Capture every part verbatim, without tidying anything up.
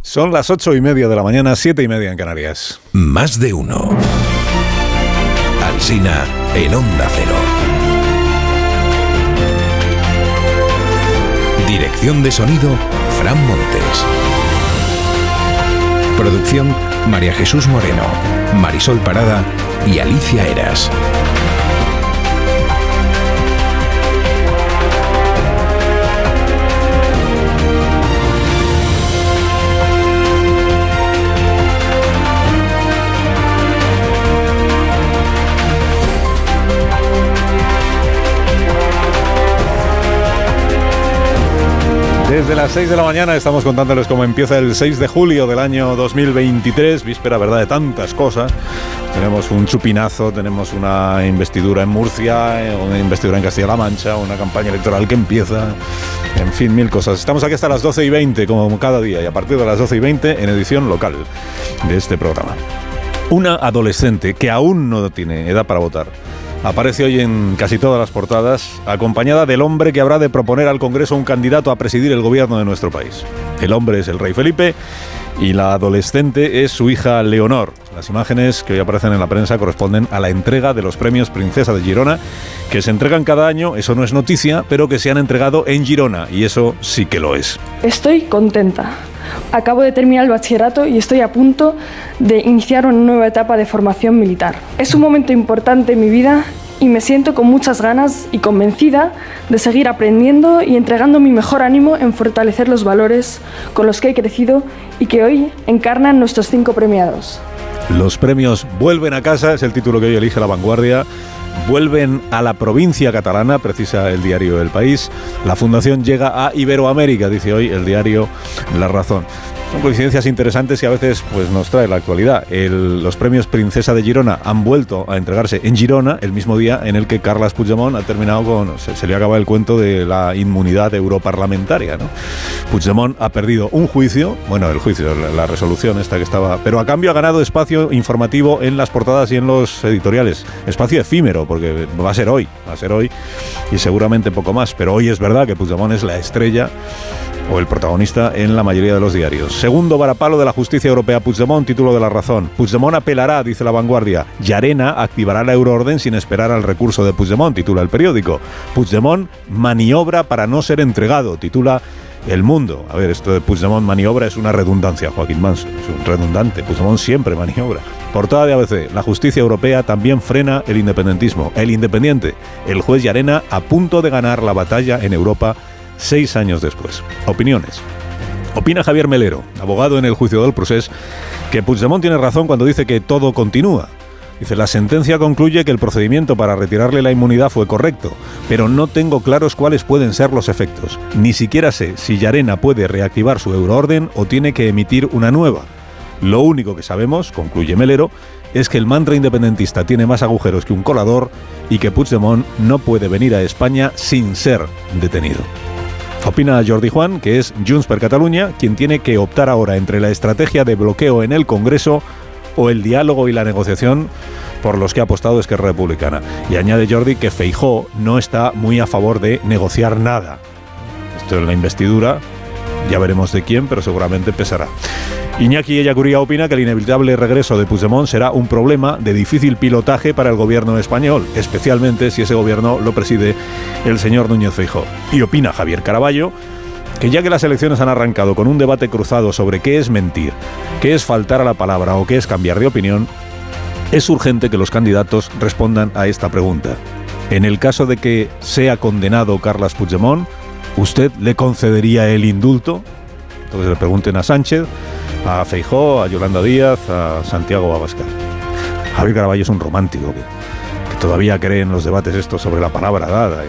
Son las ocho y media de la mañana, siete y media en Canarias. Más de uno. Alsina en Onda Cero. Dirección de sonido, Fran Montes. Producción, María Jesús Moreno, Marisol Parada y Alicia Eras. Desde las seis de la mañana estamos contándoles cómo empieza el seis de julio del año dos mil veintitrés, víspera, ¿verdad?, de tantas cosas. Tenemos un chupinazo, tenemos una investidura en Murcia, una investidura en Castilla-La Mancha, una campaña electoral que empieza, en fin, mil cosas. Estamos aquí hasta las doce y veinte, como cada día, y a partir de las doce y veinte en edición local de este programa. Una adolescente que aún no tiene edad para votar aparece hoy en casi todas las portadas, acompañada del hombre que habrá de proponer al Congreso un candidato a presidir el gobierno de nuestro país. El hombre es el rey Felipe y la adolescente es su hija Leonor. Las imágenes que hoy aparecen en la prensa corresponden a la entrega de los premios Princesa de Girona, que se entregan cada año, eso no es noticia, pero que se han entregado en Girona, y eso sí que lo es. Estoy contenta. Acabo de terminar el bachillerato y estoy a punto de iniciar una nueva etapa de formación militar. Es un momento importante en mi vida y me siento con muchas ganas y convencida de seguir aprendiendo y entregando mi mejor ánimo en fortalecer los valores con los que he crecido y que hoy encarnan nuestros cinco premiados. Los premios vuelven a casa, es el título que hoy elige La Vanguardia. Vuelven a la provincia catalana, precisa el diario El País. La fundación llega a Iberoamérica, dice hoy el diario La Razón. Son coincidencias interesantes que a veces pues, nos trae la actualidad. El, los premios Princesa de Girona han vuelto a entregarse en Girona el mismo día en el que Carles Puigdemont ha terminado con... Se, se le acaba el cuento de la inmunidad europarlamentaria, ¿no? Puigdemont ha perdido un juicio, bueno, el juicio, la, la resolución esta que estaba... Pero a cambio ha ganado espacio informativo en las portadas y en los editoriales. Espacio efímero, porque va a ser hoy, va a ser hoy y seguramente poco más. Pero hoy es verdad que Puigdemont es la estrella o el protagonista en la mayoría de los diarios. Segundo varapalo de la justicia europea Puigdemont, título de La Razón. Puigdemont apelará, dice La Vanguardia. Llarena activará la euroorden sin esperar al recurso de Puigdemont, titula el periódico. Puigdemont maniobra para no ser entregado, titula El Mundo. A ver, esto de Puigdemont maniobra es una redundancia, Joaquín Manso, es un redundante. Puigdemont siempre maniobra. Portada de A B C. La justicia europea también frena el independentismo. El Independiente, el juez Llarena a punto de ganar la batalla en Europa seis años después. Opiniones. Opina Javier Melero, abogado en el juicio del Procés, que Puigdemont tiene razón cuando dice que todo continúa. Dice, la sentencia concluye que el procedimiento para retirarle la inmunidad fue correcto, pero no tengo claros cuáles pueden ser los efectos. Ni siquiera sé si Llarena puede reactivar su euroorden o tiene que emitir una nueva. Lo único que sabemos, concluye Melero, es que el mantra independentista tiene más agujeros que un colador y que Puigdemont no puede venir a España sin ser detenido. Opina Jordi Juan, que es Junts per Catalunya, quien tiene que optar ahora entre la estrategia de bloqueo en el Congreso o el diálogo y la negociación por los que ha apostado Esquerra Republicana. Y añade Jordi que Feijóo no está muy a favor de negociar nada. Esto en la investidura, ya veremos de quién, pero seguramente pesará. Iñaki Ellacuría opina que el inevitable regreso de Puigdemont será un problema de difícil pilotaje para el gobierno español, especialmente si ese gobierno lo preside el señor Núñez Feijóo. Y opina Javier Caraballo que ya que las elecciones han arrancado con un debate cruzado sobre qué es mentir, qué es faltar a la palabra o qué es cambiar de opinión, es urgente que los candidatos respondan a esta pregunta. En el caso de que sea condenado Carles Puigdemont, ¿usted le concedería el indulto? Entonces le pregunten a Sánchez, a Feijóo, a Yolanda Díaz, a Santiago Abascal. Javier Caraballo es un romántico que, que todavía cree en los debates estos sobre la palabra dada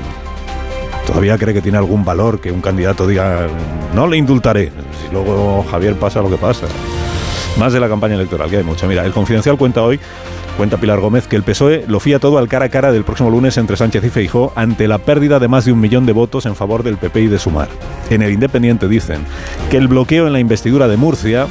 y todavía cree que tiene algún valor que un candidato diga no le indultaré, si luego Javier pasa lo que pasa. Más de la campaña electoral, que hay mucha. Mira, el Confidencial cuenta hoy, cuenta Pilar Gómez, que el P S O E lo fía todo al cara a cara del próximo lunes entre Sánchez y Feijóo ante la pérdida de más de un millón de votos en favor del P P y de Sumar. En el Independiente dicen que el bloqueo en la investidura de Murcia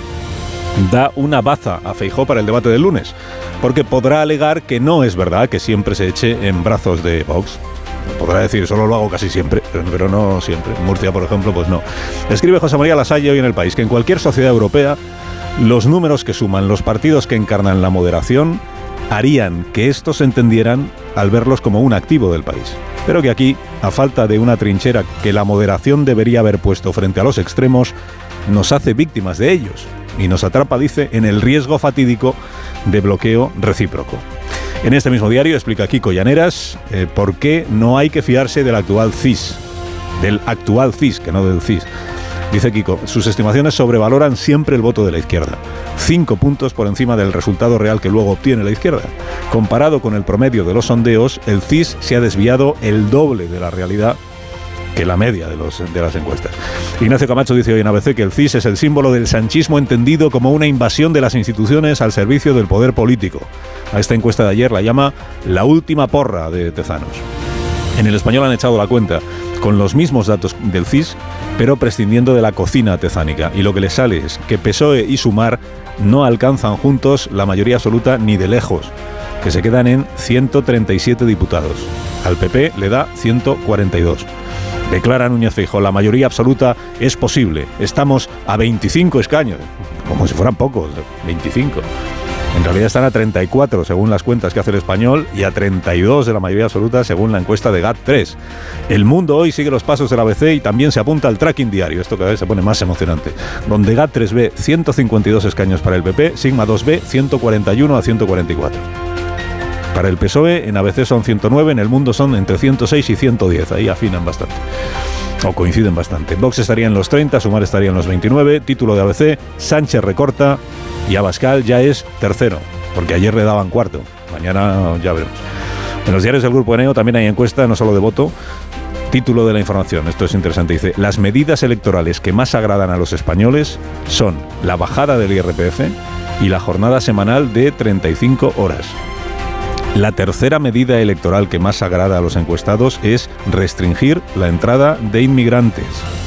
da una baza a Feijóo para el debate del lunes, porque podrá alegar que no es verdad que siempre se eche en brazos de Vox. Podrá decir, solo lo hago casi siempre, pero, pero no siempre. En Murcia, por ejemplo, pues no. Escribe José María Lasalle hoy en El País que en cualquier sociedad europea los números que suman los partidos que encarnan la moderación harían que estos se entendieran al verlos como un activo del país. Pero que aquí, a falta de una trinchera que la moderación debería haber puesto frente a los extremos, nos hace víctimas de ellos y nos atrapa, dice, en el riesgo fatídico de bloqueo recíproco. En este mismo diario explica Kiko Llaneras eh, por qué no hay que fiarse del actual C I S, del actual C I S, que no del C I S. Dice Kiko, sus estimaciones sobrevaloran siempre el voto de la izquierda, cinco puntos por encima del resultado real que luego obtiene la izquierda. Comparado con el promedio de los sondeos, el C I S se ha desviado el doble de la realidad que la media de, los, de las encuestas. Ignacio Camacho dice hoy en A B C que el C I S es el símbolo del sanchismo entendido como una invasión de las instituciones al servicio del poder político. A esta encuesta de ayer la llama la última porra de Tezanos. En El Español han echado la cuenta con los mismos datos del C I S, pero prescindiendo de la cocina tezánica. Y lo que les sale es que P S O E y Sumar no alcanzan juntos la mayoría absoluta ni de lejos, que se quedan en ciento treinta y siete diputados. Al P P le da ciento cuarenta y dos. Declara Núñez Feijóo, la mayoría absoluta es posible. Estamos a veinticinco escaños, como si fueran pocos, veinticinco. En realidad están a treinta y cuatro según las cuentas que hace El Español y a treinta y dos de la mayoría absoluta según la encuesta de G A T tres. El Mundo hoy sigue los pasos del A B C y también se apunta al tracking diario, esto cada vez se pone más emocionante, donde G A T tres ve ciento cincuenta y dos escaños para el P P, Sigma dos ve ciento cuarenta y uno a ciento cuarenta y cuatro. Para el P S O E, en A B C son ciento nueve, en El Mundo son entre ciento seis y ciento diez. Ahí afinan bastante. O coinciden bastante. Vox estaría en los treinta, Sumar estaría en los veintinueve. Título de A B C, Sánchez recorta y Abascal ya es tercero, porque ayer le daban cuarto. Mañana ya veremos. En los diarios del Grupo Eneo también hay encuesta, no solo de voto. Título de la información, esto es interesante, dice: las medidas electorales que más agradan a los españoles son la bajada del I R P F y la jornada semanal de treinta y cinco horas. La tercera medida electoral que más agrada a los encuestados es restringir la entrada de inmigrantes.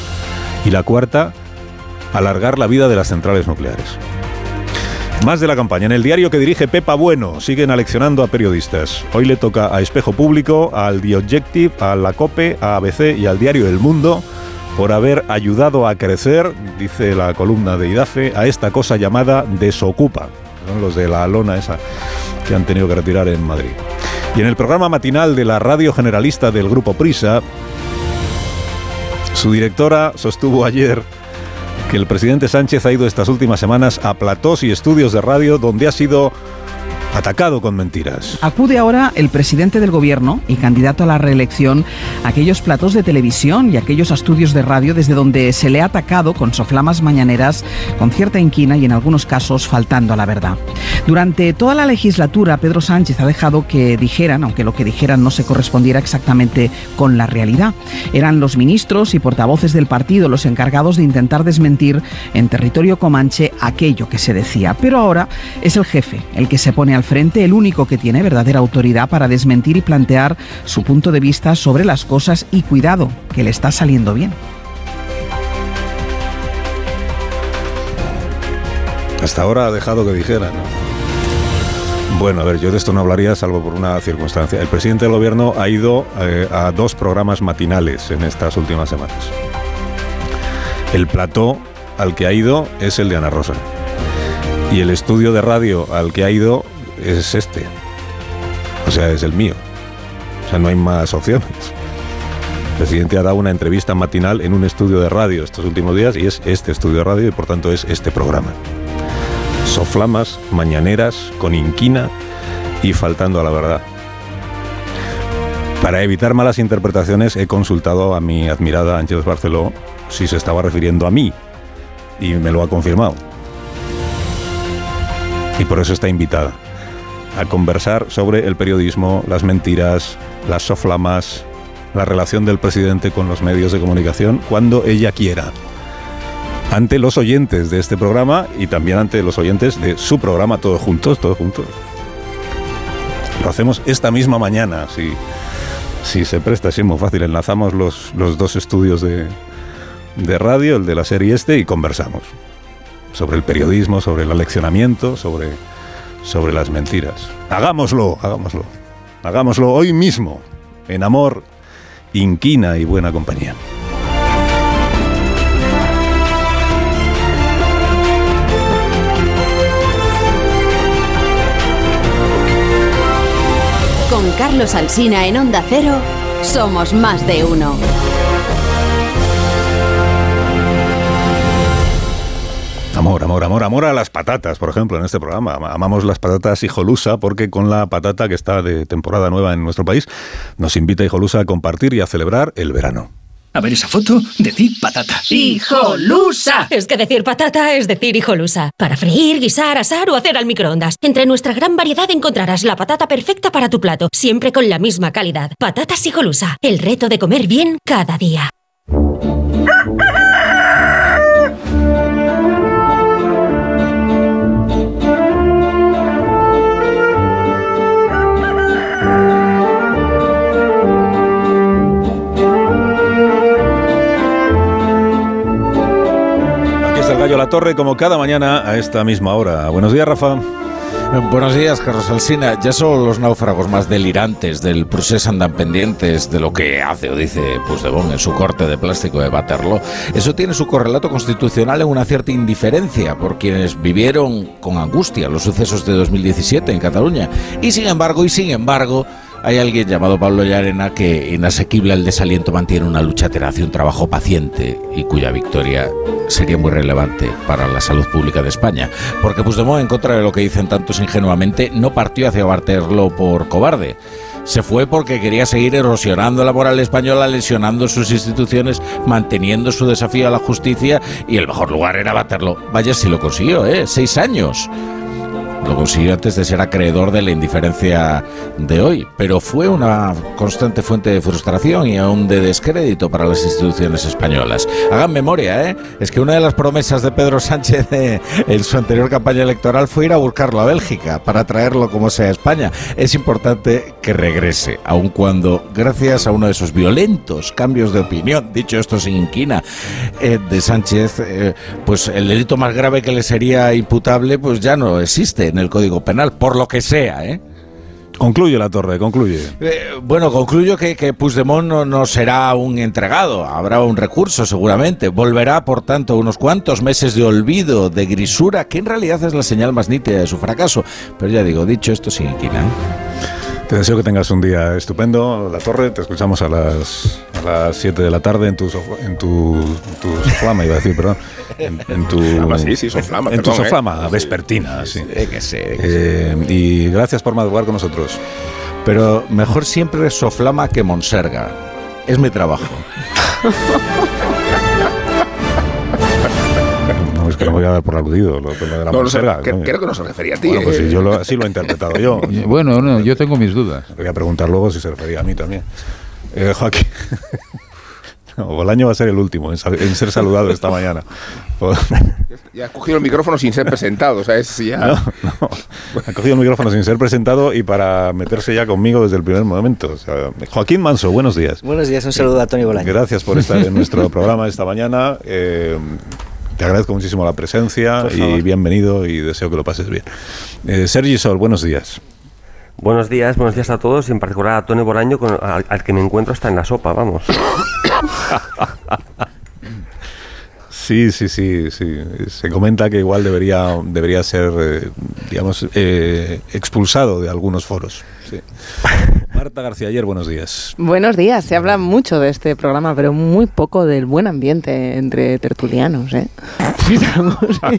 Y la cuarta, alargar la vida de las centrales nucleares. Más de la campaña. En el diario que dirige Pepa Bueno siguen aleccionando a periodistas. Hoy le toca a Espejo Público, al The Objective, a la COPE, a A B C y al diario El Mundo por haber ayudado a crecer, dice la columna de IDAFE, a esta cosa llamada Desocupa. Son los de la lona esa que han tenido que retirar en Madrid. Y en el programa matinal de la radio generalista del Grupo Prisa, su directora sostuvo ayer que el presidente Sánchez ha ido estas últimas semanas a platós y estudios de radio donde ha sido atacado con mentiras. Acude ahora el presidente del gobierno y candidato a la reelección a aquellos platós de televisión y aquellos estudios de radio desde donde se le ha atacado con soflamas mañaneras, con cierta inquina y en algunos casos faltando a la verdad. Durante toda la legislatura, Pedro Sánchez ha dejado que dijeran, aunque lo que dijeran no se correspondiera exactamente con la realidad. Eran los ministros y portavoces del partido los encargados de intentar desmentir en territorio comanche aquello que se decía. Pero ahora es el jefe el que se pone al frente, el único que tiene verdadera autoridad para desmentir y plantear su punto de vista sobre las cosas, y cuidado, que le está saliendo bien. Hasta ahora ha dejado que dijera, ¿no? Bueno, a ver, yo de esto no hablaría salvo por una circunstancia. El presidente del gobierno ha ido eh, a dos programas matinales en estas últimas semanas. El plató al que ha ido es el de Ana Rosa. Y el estudio de radio al que ha ido es este. O sea, es el mío. O sea, no hay más opciones. El presidente ha dado una entrevista matinal en un estudio de radio estos últimos días y es este estudio de radio y por tanto es este programa. Soflamas, mañaneras, con inquina y faltando a la verdad. Para evitar malas interpretaciones he consultado a mi admirada Ángeles Barceló si se estaba refiriendo a mí y me lo ha confirmado. Y por eso está invitada a conversar sobre el periodismo, las mentiras, las soflamas, la relación del presidente con los medios de comunicación, cuando ella quiera. Ante los oyentes de este programa y también ante los oyentes de su programa, todos juntos, todos juntos. Lo hacemos esta misma mañana, si, si se presta, sí, muy fácil. Enlazamos los, los dos estudios de, de radio, el de la serie este, y conversamos sobre el periodismo, sobre el aleccionamiento, sobre, sobre las mentiras. Hagámoslo, hagámoslo. Hagámoslo hoy mismo, en Amor inquina y buena compañía. Con Carlos Alsina en Onda Cero, somos más de uno. Amor, amor, amor, amor a las patatas, por ejemplo, en este programa. Amamos las patatas Hijolusa porque con la patata que está de temporada nueva en nuestro país, nos invita Hijolusa a compartir y a celebrar el verano. A ver esa foto, decid patata. ¡Hijolusa! Es que decir patata es decir hijolusa. Para freír, guisar, asar o hacer al microondas. Entre nuestra gran variedad encontrarás la patata perfecta para tu plato, siempre con la misma calidad. Patatas Hijolusa, el reto de comer bien cada día. Gallo La Torre, como cada mañana a esta misma hora. Buenos días, Rafa. Buenos días, Carlos Alsina. Ya solo los náufragos más delirantes del procés andan pendientes de lo que hace o dice Puigdemont en su corte de plástico de Waterloo. Eso tiene su correlato constitucional en una cierta indiferencia por quienes vivieron con angustia los sucesos de dos mil diecisiete en Cataluña. Y sin embargo, y sin embargo... hay alguien llamado Pablo Llarena que, inasequible al desaliento, mantiene una lucha hacia un trabajo paciente y cuya victoria sería muy relevante para la salud pública de España. Porque Puigdemont, en contra de lo que dicen tantos ingenuamente, no partió hacia Waterloo por cobarde. Se fue porque quería seguir erosionando la moral española, lesionando sus instituciones, manteniendo su desafío a la justicia, y el mejor lugar era Waterloo. Vaya si lo consiguió, ¿eh? Seis años. Lo consiguió antes de ser acreedor de la indiferencia de hoy, pero fue una constante fuente de frustración y aún de descrédito para las instituciones españolas. Hagan memoria, ¿eh? Es que una de las promesas de Pedro Sánchez de, en su anterior campaña electoral fue ir a buscarlo a Bélgica para traerlo como sea a España. Es importante que regrese, aun cuando, gracias a uno de esos violentos cambios de opinión, dicho esto sin inquina, eh, de Sánchez, eh, pues el delito más grave que le sería imputable pues ya no existe en el Código Penal, por lo que sea, ¿eh? Concluye La Torre, concluye. Eh, bueno, concluyo que, que Puigdemont no, no será un entregado, habrá un recurso seguramente, volverá por tanto unos cuantos meses de olvido, de grisura, que en realidad es la señal más nítida de su fracaso. Pero ya digo, dicho esto sin inquina, ¿eh? Te deseo que tengas un día estupendo, La Torre. Te escuchamos a las a las siete de la tarde en tu sofla, en tu, tu soflama, iba a decir, perdón. En, en tu soflama, sí, sí, soflama. En perdón, tu soflama eh. vespertina, sí. sí. Que sé, que eh, sé. Y gracias por madrugar con nosotros. Pero mejor siempre soflama que monserga. Es mi trabajo. No, es que no voy a dar por aludido lo, lo de la no, monserga. No sé, ¿no? Creo que no se refería a ti. Bueno, pues eh. sí, yo lo, así lo he interpretado yo. Bueno, no, yo tengo mis dudas. Le voy a preguntar luego si se refería a mí también. Eh, Joaquín... No, Bolaño va a ser el último en, en ser saludado esta mañana. Ya ha cogido el micrófono sin ser presentado, o sea, es ya... No, no, ha cogido el micrófono sin ser presentado y para meterse ya conmigo desde el primer momento. O sea, Joaquín Manso, buenos días. Buenos días, un saludo a Tony Bolaño. Gracias por estar en nuestro programa esta mañana. Eh, te agradezco muchísimo la presencia y bienvenido y deseo que lo pases bien. Eh, Sergi Sol, buenos días. Buenos días, buenos días a todos, y en particular a Tony Bolaño, con, al, al que me encuentro hasta en la sopa, vamos. Sí, sí, sí, sí. Se comenta que igual debería, debería ser, eh, digamos, eh, expulsado de algunos foros. Sí. Marta García Ayer, buenos días. Buenos días. Se habla mucho de este programa, pero muy poco del buen ambiente entre tertulianos, ¿eh? Estamos,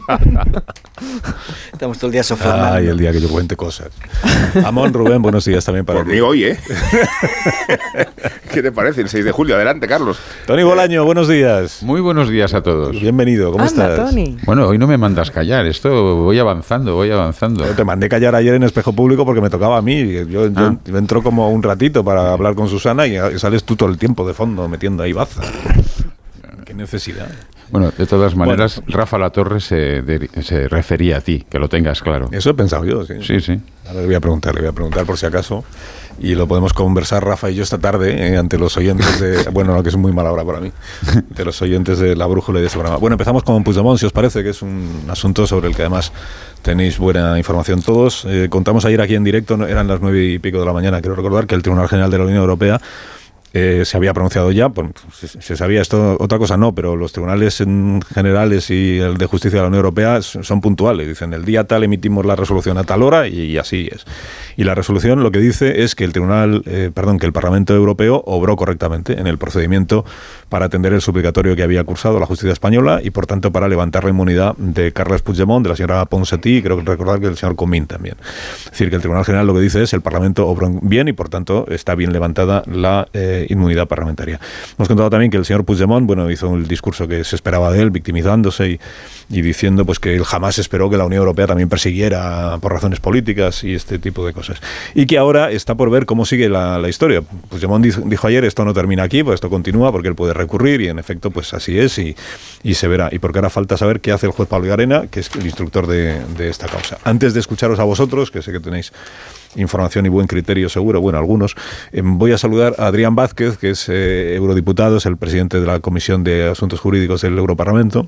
Estamos todo el día soflando. Ay, el día que yo cuente cosas. Amón Rubén, buenos días también para Por ti. mí hoy, ¿eh? ¿Qué te parece? El seis de julio. Adelante, Carlos. Tony Bolaño, buenos días. Muy buenos días a todos. Bienvenido, ¿cómo Anda, estás? Tony. Bueno, hoy no me mandas callar, esto voy avanzando, voy avanzando. Yo te mandé callar ayer en Espejo Público porque me tocaba a mí. Yo, Ah. yo entro como un ratito para hablar con Susana y sales tú todo el tiempo de fondo metiendo ahí baza. Qué necesidad. Bueno, de todas maneras, bueno, Rafa La Torre se, de, se refería a ti, que lo tengas claro. Eso he pensado yo, sí. Sí, sí. Ahora le voy a preguntar, le voy a preguntar por si acaso. Y lo podemos conversar Rafa y yo esta tarde eh, ante los oyentes de... Bueno, no, que es muy mala hora para mí. De los oyentes de La Brújula y de este programa. Bueno, empezamos con Puigdemont, si os parece, que es un asunto sobre el que además tenéis buena información todos. Eh, contamos ayer aquí en directo, eran las nueve y pico de la mañana, quiero recordar, que el Tribunal General de la Unión Europea eh, se había pronunciado ya, pues, se, se sabía esto, otra cosa no, pero los tribunales en generales y el de justicia de la Unión Europea son puntuales. Dicen, el día tal emitimos la resolución a tal hora y así es. Y la resolución lo que dice es que el tribunal, eh, perdón, que el Parlamento Europeo obró correctamente en el procedimiento para atender el suplicatorio que había cursado la justicia española y, por tanto, para levantar la inmunidad de Carles Puigdemont, de la señora Ponsatí y creo que recordar que del señor Comín también. Es decir, que el Tribunal General lo que dice es el Parlamento obró bien y, por tanto, está bien levantada la eh, inmunidad parlamentaria. Hemos contado también que el señor Puigdemont, bueno, hizo un discurso que se esperaba de él, victimizándose y, y diciendo pues que él jamás esperó que la Unión Europea también persiguiera por razones políticas y este tipo de cosas. Y que ahora está por ver cómo sigue la, la historia. Puigdemont dijo, dijo ayer, esto no termina aquí, pues esto continúa porque él puede recurrir y en efecto pues así es y, y se verá. Y porque ahora falta saber qué hace el juez Pablo Llarena, que es el instructor de, de esta causa. Antes de escucharos a vosotros, que sé que tenéis información y buen criterio seguro, bueno, algunos, eh, voy a saludar a Adrián Vázquez, que es eh, eurodiputado, es el presidente de la Comisión de Asuntos Jurídicos del Europarlamento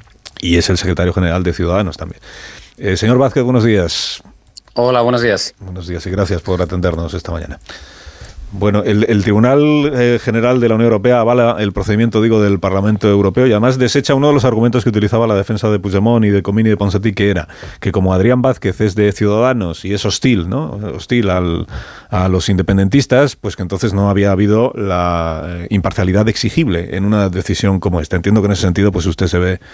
y es el secretario general de Ciudadanos también. Eh, señor Vázquez, buenos días. Hola, buenos días. Buenos días y gracias por atendernos esta mañana. Bueno, el, el Tribunal eh, General de la Unión Europea avala el procedimiento, digo, del Parlamento Europeo y además desecha uno de los argumentos que utilizaba la defensa de Puigdemont y de Comín y de Ponsatí, que era que como Adrián Vázquez es de Ciudadanos y es hostil, ¿no? Hostil al, a los independentistas, pues que entonces no había habido la eh, imparcialidad exigible en una decisión como esta. Entiendo que en ese sentido pues usted se ve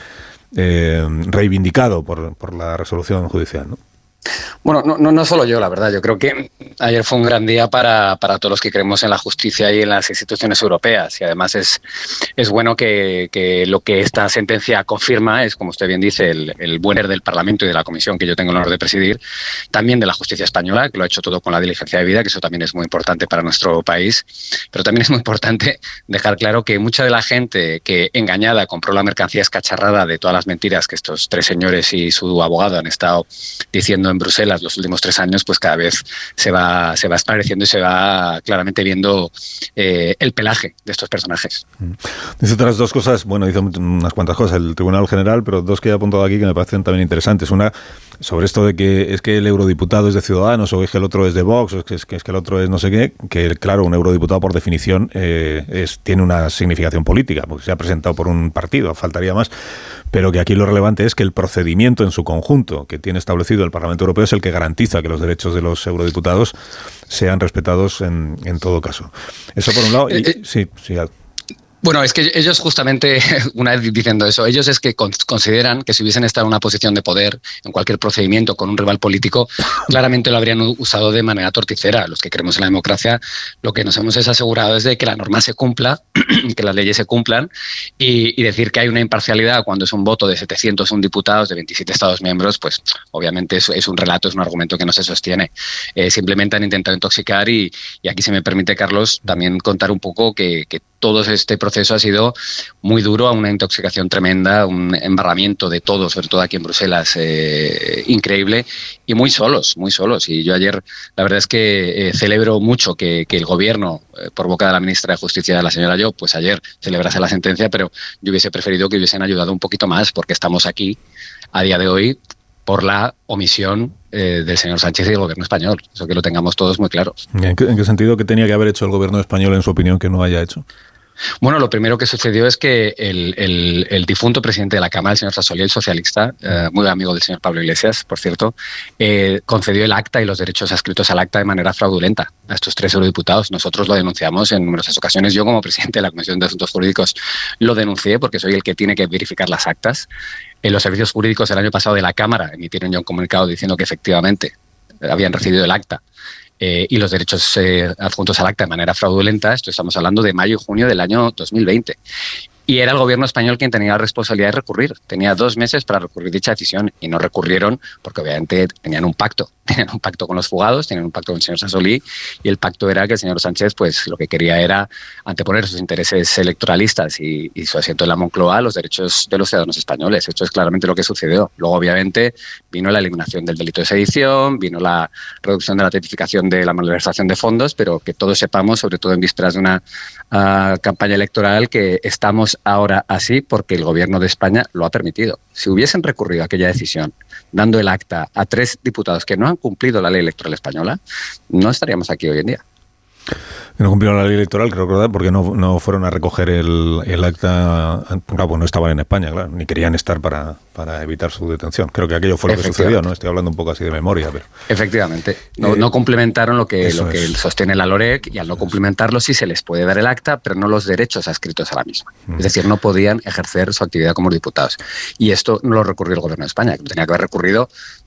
eh, reivindicado por, por la resolución judicial, ¿no? Bueno, no, no, no solo yo, la verdad. Yo creo que ayer fue un gran día para, para todos los que creemos en la justicia y en las instituciones europeas. Y además es, es bueno que, que lo que esta sentencia confirma es, como usted bien dice, el, el buen ser del Parlamento y de la Comisión que yo tengo el honor de presidir, también de la justicia española, que lo ha hecho todo con la diligencia debida, que eso también es muy importante para nuestro país. Pero también es muy importante dejar claro que mucha de la gente que engañada compró la mercancía escacharrada de todas las mentiras que estos tres señores y su abogado han estado diciendo en Bruselas los últimos tres años, pues cada vez se va, se va esclareciendo y se va claramente viendo eh, el pelaje de estos personajes. Dice otras dos cosas, bueno, dice unas cuantas cosas el Tribunal General, pero dos que he apuntado aquí que me parecen también interesantes. Una, sobre esto de que es que el eurodiputado es de Ciudadanos o es que el otro es de Vox o es que, es que, es que el otro es no sé qué, que claro, un eurodiputado por definición eh, es, tiene una significación política, porque se ha presentado por un partido, faltaría más, pero que aquí lo relevante es que el procedimiento en su conjunto que tiene establecido el Parlamento Europeo es el que garantiza que los derechos de los eurodiputados sean respetados en, en todo caso. Eso por un lado. Y, eh, eh, sí, sí. Bueno, es que ellos justamente, una vez diciendo eso, ellos es que consideran que si hubiesen estado en una posición de poder en cualquier procedimiento con un rival político, claramente lo habrían usado de manera torticera. Los que creemos en la democracia, lo que nos hemos es asegurado es de que la norma se cumpla, que las leyes se cumplan y, y decir que hay una imparcialidad cuando es un voto de setecientos uno diputados de veintisiete Estados miembros, pues obviamente es, es un relato, es un argumento que no se sostiene. Eh, simplemente han intentado intoxicar y, y aquí, si me permite, Carlos, también contar un poco que, que todo este proceso ha sido muy duro, a una intoxicación tremenda, un embarramiento de todo, sobre todo aquí en Bruselas, eh, increíble, y muy solos, muy solos. Y yo ayer, la verdad es que eh, celebro mucho que, que el gobierno, eh, por boca de la ministra de Justicia, la señora Llop, pues ayer celebrase la sentencia, pero yo hubiese preferido que hubiesen ayudado un poquito más, porque estamos aquí a día de hoy por la omisión eh, del señor Sánchez y del gobierno español. Eso que lo tengamos todos muy claros. ¿En qué, en qué sentido que tenía que haber hecho el gobierno español, en su opinión, que no haya hecho? Bueno, lo primero que sucedió es que el, el, el difunto presidente de la Cámara, el señor Sassoli, el socialista, eh, muy amigo del señor Pablo Iglesias, por cierto, eh, concedió el acta y los derechos adscritos al acta de manera fraudulenta a estos tres eurodiputados. Nosotros lo denunciamos en numerosas ocasiones. Yo, como presidente de la Comisión de Asuntos Jurídicos, lo denuncié porque soy el que tiene que verificar las actas. En los servicios jurídicos el año pasado de la Cámara emitieron ya un comunicado diciendo que efectivamente habían recibido el acta Eh, y los derechos eh, adjuntos al acta de manera fraudulenta. Esto estamos hablando de mayo y junio del año dos mil veinte. Y era el gobierno español quien tenía la responsabilidad de recurrir. Tenía dos meses para recurrir dicha decisión y no recurrieron porque obviamente tenían un pacto. Tenían un pacto con los fugados, tenían un pacto con el señor Sassoli y el pacto era que el señor Sánchez pues lo que quería era anteponer sus intereses electoralistas y, y su asiento en la Moncloa a los derechos de los ciudadanos españoles. Esto es claramente lo que sucedió. Luego obviamente vino la eliminación del delito de sedición, vino la reducción de la tipificación de la malversación de fondos, pero que todos sepamos, sobre todo en vísperas de una uh, campaña electoral, que estamos ahora así porque el gobierno de España lo ha permitido. Si hubiesen recurrido a aquella decisión dando el acta a tres diputados que no han cumplido la ley electoral española, no estaríamos aquí hoy en día. No cumplieron la ley electoral, creo recordar, porque no, no fueron a recoger el, el acta. Claro, pues no estaban en España, claro, ni querían estar para, para evitar su detención. Creo que aquello fue lo que sucedió, ¿no? Estoy hablando un poco así de memoria, pero... Efectivamente. No, Eh, no complementaron lo que, lo que es. sostiene la LOREC, y al no complementarlo sí se les puede dar el acta, pero no los derechos adscritos a la misma. Mm. Es decir, no podían ejercer su actividad como diputados. Y esto no lo recurrió el Gobierno de España, que tenía que haber recurrido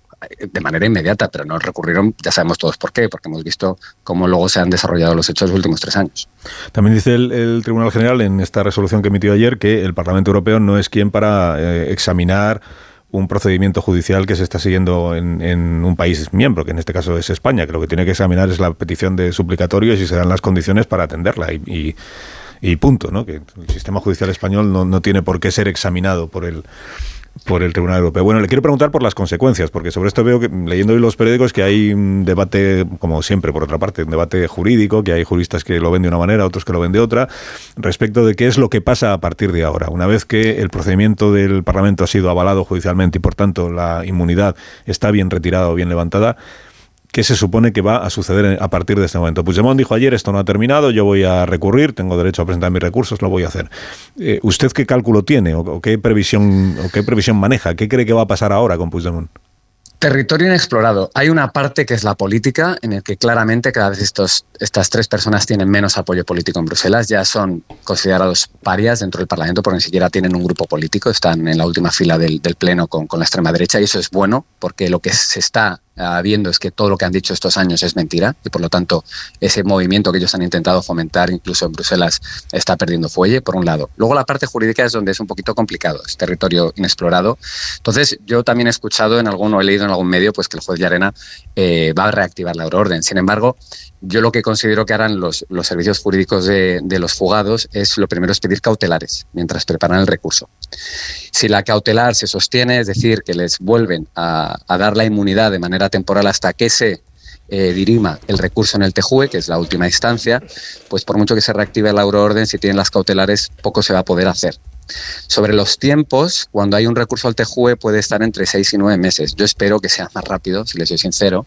de manera inmediata, pero no recurrieron, ya sabemos todos por qué, porque hemos visto cómo luego se han desarrollado los hechos los últimos tres años. También dice el, el Tribunal General en esta resolución que emitió ayer que el Parlamento Europeo no es quien para eh, examinar un procedimiento judicial que se está siguiendo en, en un país miembro, que en este caso es España, que lo que tiene que examinar es la petición de suplicatorio y si se dan las condiciones para atenderla y, y, y punto, ¿no? Que el sistema judicial español no, no tiene por qué ser examinado por el por el Tribunal Europeo. Bueno, le quiero preguntar por las consecuencias, porque sobre esto veo que, leyendo hoy los periódicos, que hay un debate, como siempre, por otra parte, un debate jurídico, que hay juristas que lo ven de una manera, otros que lo ven de otra, respecto de qué es lo que pasa a partir de ahora. Una vez que el procedimiento del Parlamento ha sido avalado judicialmente y, por tanto, la inmunidad está bien retirada o bien levantada, ¿qué se supone que va a suceder a partir de este momento? Puigdemont dijo ayer, esto no ha terminado, yo voy a recurrir, tengo derecho a presentar mis recursos, lo voy a hacer. Eh, ¿Usted qué cálculo tiene o, o qué previsión o qué previsión maneja? ¿Qué cree que va a pasar ahora con Puigdemont? Territorio inexplorado. Hay una parte que es la política, en el que claramente cada vez estos, estas tres personas tienen menos apoyo político en Bruselas, ya son considerados parias dentro del Parlamento porque ni siquiera tienen un grupo político, están en la última fila del, del Pleno con, con la extrema derecha, y eso es bueno porque lo que se está uh, viendo es que todo lo que han dicho estos años es mentira y por lo tanto ese movimiento que ellos han intentado fomentar incluso en Bruselas está perdiendo fuelle, por un lado. Luego la parte jurídica es donde es un poquito complicado, es territorio inexplorado. Entonces yo también he escuchado en algún, o he leído en algún medio pues que el juez Llarena eh, va a reactivar la euroorden. Sin embargo, yo lo que considero que harán los, los servicios jurídicos de, de los fugados es, lo primero es pedir cautelares mientras preparan el recurso. Si la cautelar se sostiene, es decir, que les vuelven a, a dar la inmunidad de manera temporal hasta que se eh, dirima el recurso en el T J U E, que es la última instancia, pues por mucho que se reactive la euroorden, si tienen las cautelares, poco se va a poder hacer. Sobre los tiempos, cuando hay un recurso al T J U E puede estar entre seis y nueve meses. Yo espero que sea más rápido, si les soy sincero,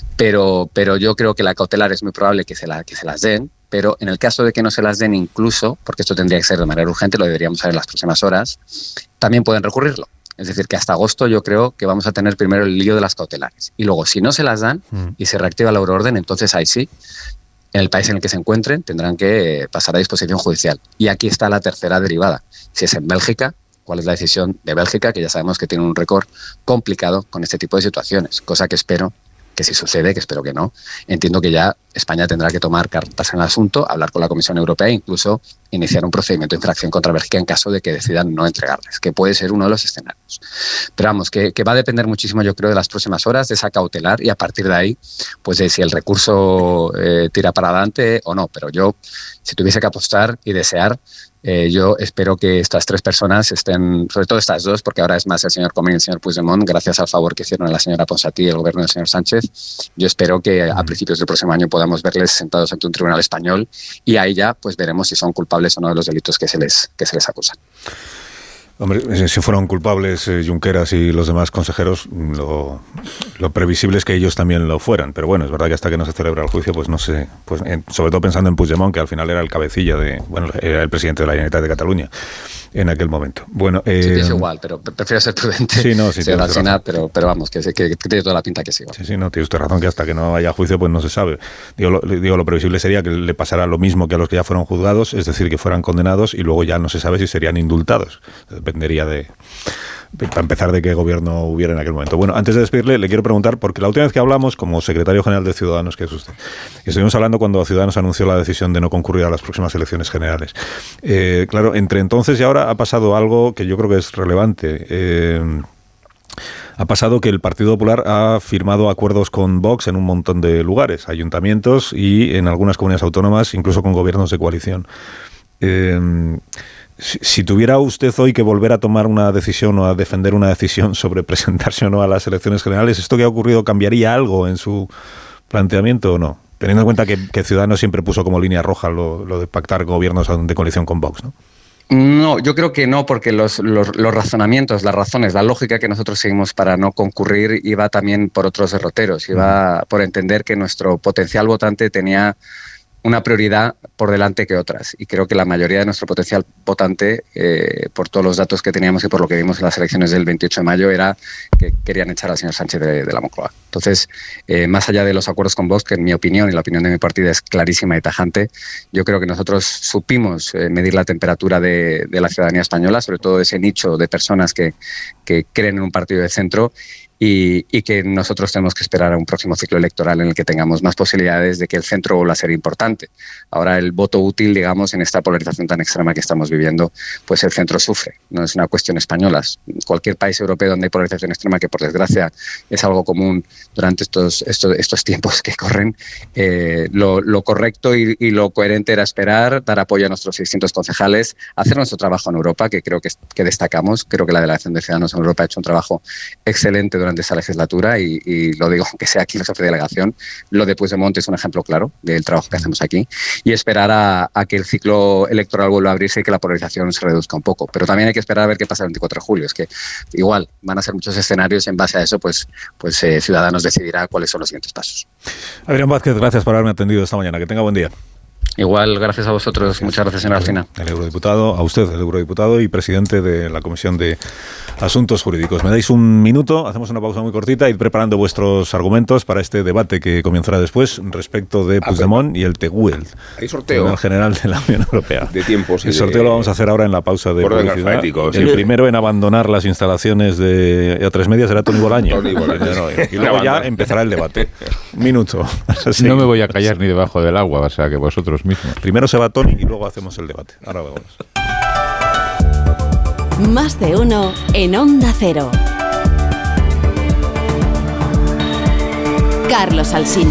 pero, pero yo creo que la cautelar es muy probable que se, la, que se las den, pero en el caso de que no se las den incluso, porque esto tendría que ser de manera urgente, lo deberíamos saber en las próximas horas, también pueden recurrirlo. Es decir, que hasta agosto yo creo que vamos a tener primero el lío de las cautelares. Y luego, si no se las dan mm. y se reactiva la euroorden, entonces ahí sí, en el país en el que se encuentren, tendrán que pasar a disposición judicial. Y aquí está la tercera derivada. Si es en Bélgica, ¿cuál es la decisión de Bélgica? Que ya sabemos que tiene un récord complicado con este tipo de situaciones, cosa que espero que si sucede, que espero que no, entiendo que ya España tendrá que tomar cartas en el asunto, hablar con la Comisión Europea e incluso iniciar un procedimiento de infracción contra Bélgica en caso de que decidan no entregarles, que puede ser uno de los escenarios. Pero vamos, que, que va a depender muchísimo, yo creo, de las próximas horas, de esa cautelar, y a partir de ahí, pues de si el recurso eh, tira para adelante o no. Pero yo, si tuviese que apostar y desear, Eh, yo espero que estas tres personas estén, sobre todo estas dos, porque ahora es más el señor Comín y el señor Puigdemont, gracias al favor que hicieron a la señora Ponsatí y el gobierno del señor Sánchez, yo espero que a principios del próximo año podamos verles sentados ante un tribunal español y ahí ya pues veremos si son culpables o no de los delitos que se les, que se les acusan. Hombre, si fueron culpables eh, Junqueras y los demás consejeros, lo, lo previsible es que ellos también lo fueran. Pero bueno, es verdad que hasta que no se celebra el juicio, pues no sé, pues en, sobre todo pensando en Puigdemont, que al final era el cabecilla de, bueno, era el presidente de la Generalitat de Cataluña en aquel momento. Bueno, eh, sí, es igual, pero prefiero ser prudente. Sí, no, sí, sí Alsina, pero, pero vamos, que, que, que tiene toda la pinta que sí. Sí, sí, no, tiene usted razón, que hasta que no haya juicio, pues no se sabe. Digo lo, digo, lo previsible sería que le pasara lo mismo que a los que ya fueron juzgados, es decir, que fueran condenados y luego ya no se sabe si serían indultados. Dependería de, para empezar, de qué gobierno hubiera en aquel momento. Bueno, antes de despedirle, le quiero preguntar, porque la última vez que hablamos, como secretario general de Ciudadanos, que es usted, estuvimos hablando cuando Ciudadanos anunció la decisión de no concurrir a las próximas elecciones generales. Eh, claro, entre entonces y ahora ha pasado algo que yo creo que es relevante. Eh, ha pasado que el Partido Popular ha firmado acuerdos con Vox en un montón de lugares, ayuntamientos y en algunas comunidades autónomas, incluso con gobiernos de coalición. Eh, Si, si tuviera usted hoy que volver a tomar una decisión o a defender una decisión sobre presentarse o no a las elecciones generales, ¿esto que ha ocurrido cambiaría algo en su planteamiento o no? Teniendo en cuenta que, que Ciudadanos siempre puso como línea roja lo, lo de pactar gobiernos de coalición con Vox, ¿no? No, yo creo que no, porque los, los, los razonamientos, las razones, la lógica que nosotros seguimos para no concurrir iba también por otros derroteros, iba por entender que nuestro potencial votante tenía una prioridad por delante que otras. Y creo que la mayoría de nuestro potencial votante, eh, por todos los datos que teníamos y por lo que vimos en las elecciones del veintiocho de mayo, era que querían echar al señor Sánchez de, de la Moncloa. Entonces, eh, más allá de los acuerdos con Vox, que en mi opinión y la opinión de mi partido es clarísima y tajante, yo creo que nosotros supimos eh, medir la temperatura de, de la ciudadanía española, sobre todo de ese nicho de personas que, que creen en un partido de centro, y, y que nosotros tenemos que esperar a un próximo ciclo electoral en el que tengamos más posibilidades de que el centro vuelva a ser importante. Ahora el voto útil, digamos, en esta polarización tan extrema que estamos viviendo, pues el centro sufre. No es una cuestión española. Cualquier país europeo donde hay polarización extrema, que por desgracia es algo común durante estos, estos, estos tiempos que corren, eh, lo, lo correcto y, y lo coherente era esperar, dar apoyo a nuestros distintos concejales, hacer nuestro trabajo en Europa, que creo que, que destacamos. Creo que la Delegación de Ciudadanos en Europa ha hecho un trabajo excelente durante esta legislatura y, y lo digo, aunque sea aquí el jefe de delegación. Lo de Puigdemont es un ejemplo claro del trabajo que hacemos aquí, y esperar a, a que el ciclo electoral vuelva a abrirse y que la polarización se reduzca un poco. Pero también hay que esperar a ver qué pasa el veinticuatro de julio. Es que igual van a ser muchos escenarios y en base a eso pues, pues eh, Ciudadanos decidirá cuáles son los siguientes pasos. Adrián Vázquez, gracias por haberme atendido esta mañana. Que tenga buen día. Igual, gracias a vosotros. Gracias. Muchas gracias, señora Alsina. El eurodiputado, a usted, el eurodiputado y presidente de la Comisión de Asuntos Jurídicos. Me dais un minuto, hacemos una pausa muy cortita, id preparando vuestros argumentos para este debate que comenzará después respecto de Puigdemont y el Teguel. Hay sorteo. El general de la Unión Europea. De tiempos. El sorteo de... lo vamos a hacer ahora en la pausa de publicidad. El primero en abandonar las instalaciones de A tres Media será Toni Bolaño. Toni Bolaño. Y luego ya empezará el debate. Un minuto. No me voy a callar ni debajo del agua, o sea que vosotros mismos. Primero se va Toni y luego hacemos el debate. Ahora vamos. Más de uno en Onda Cero. Carlos Alsina.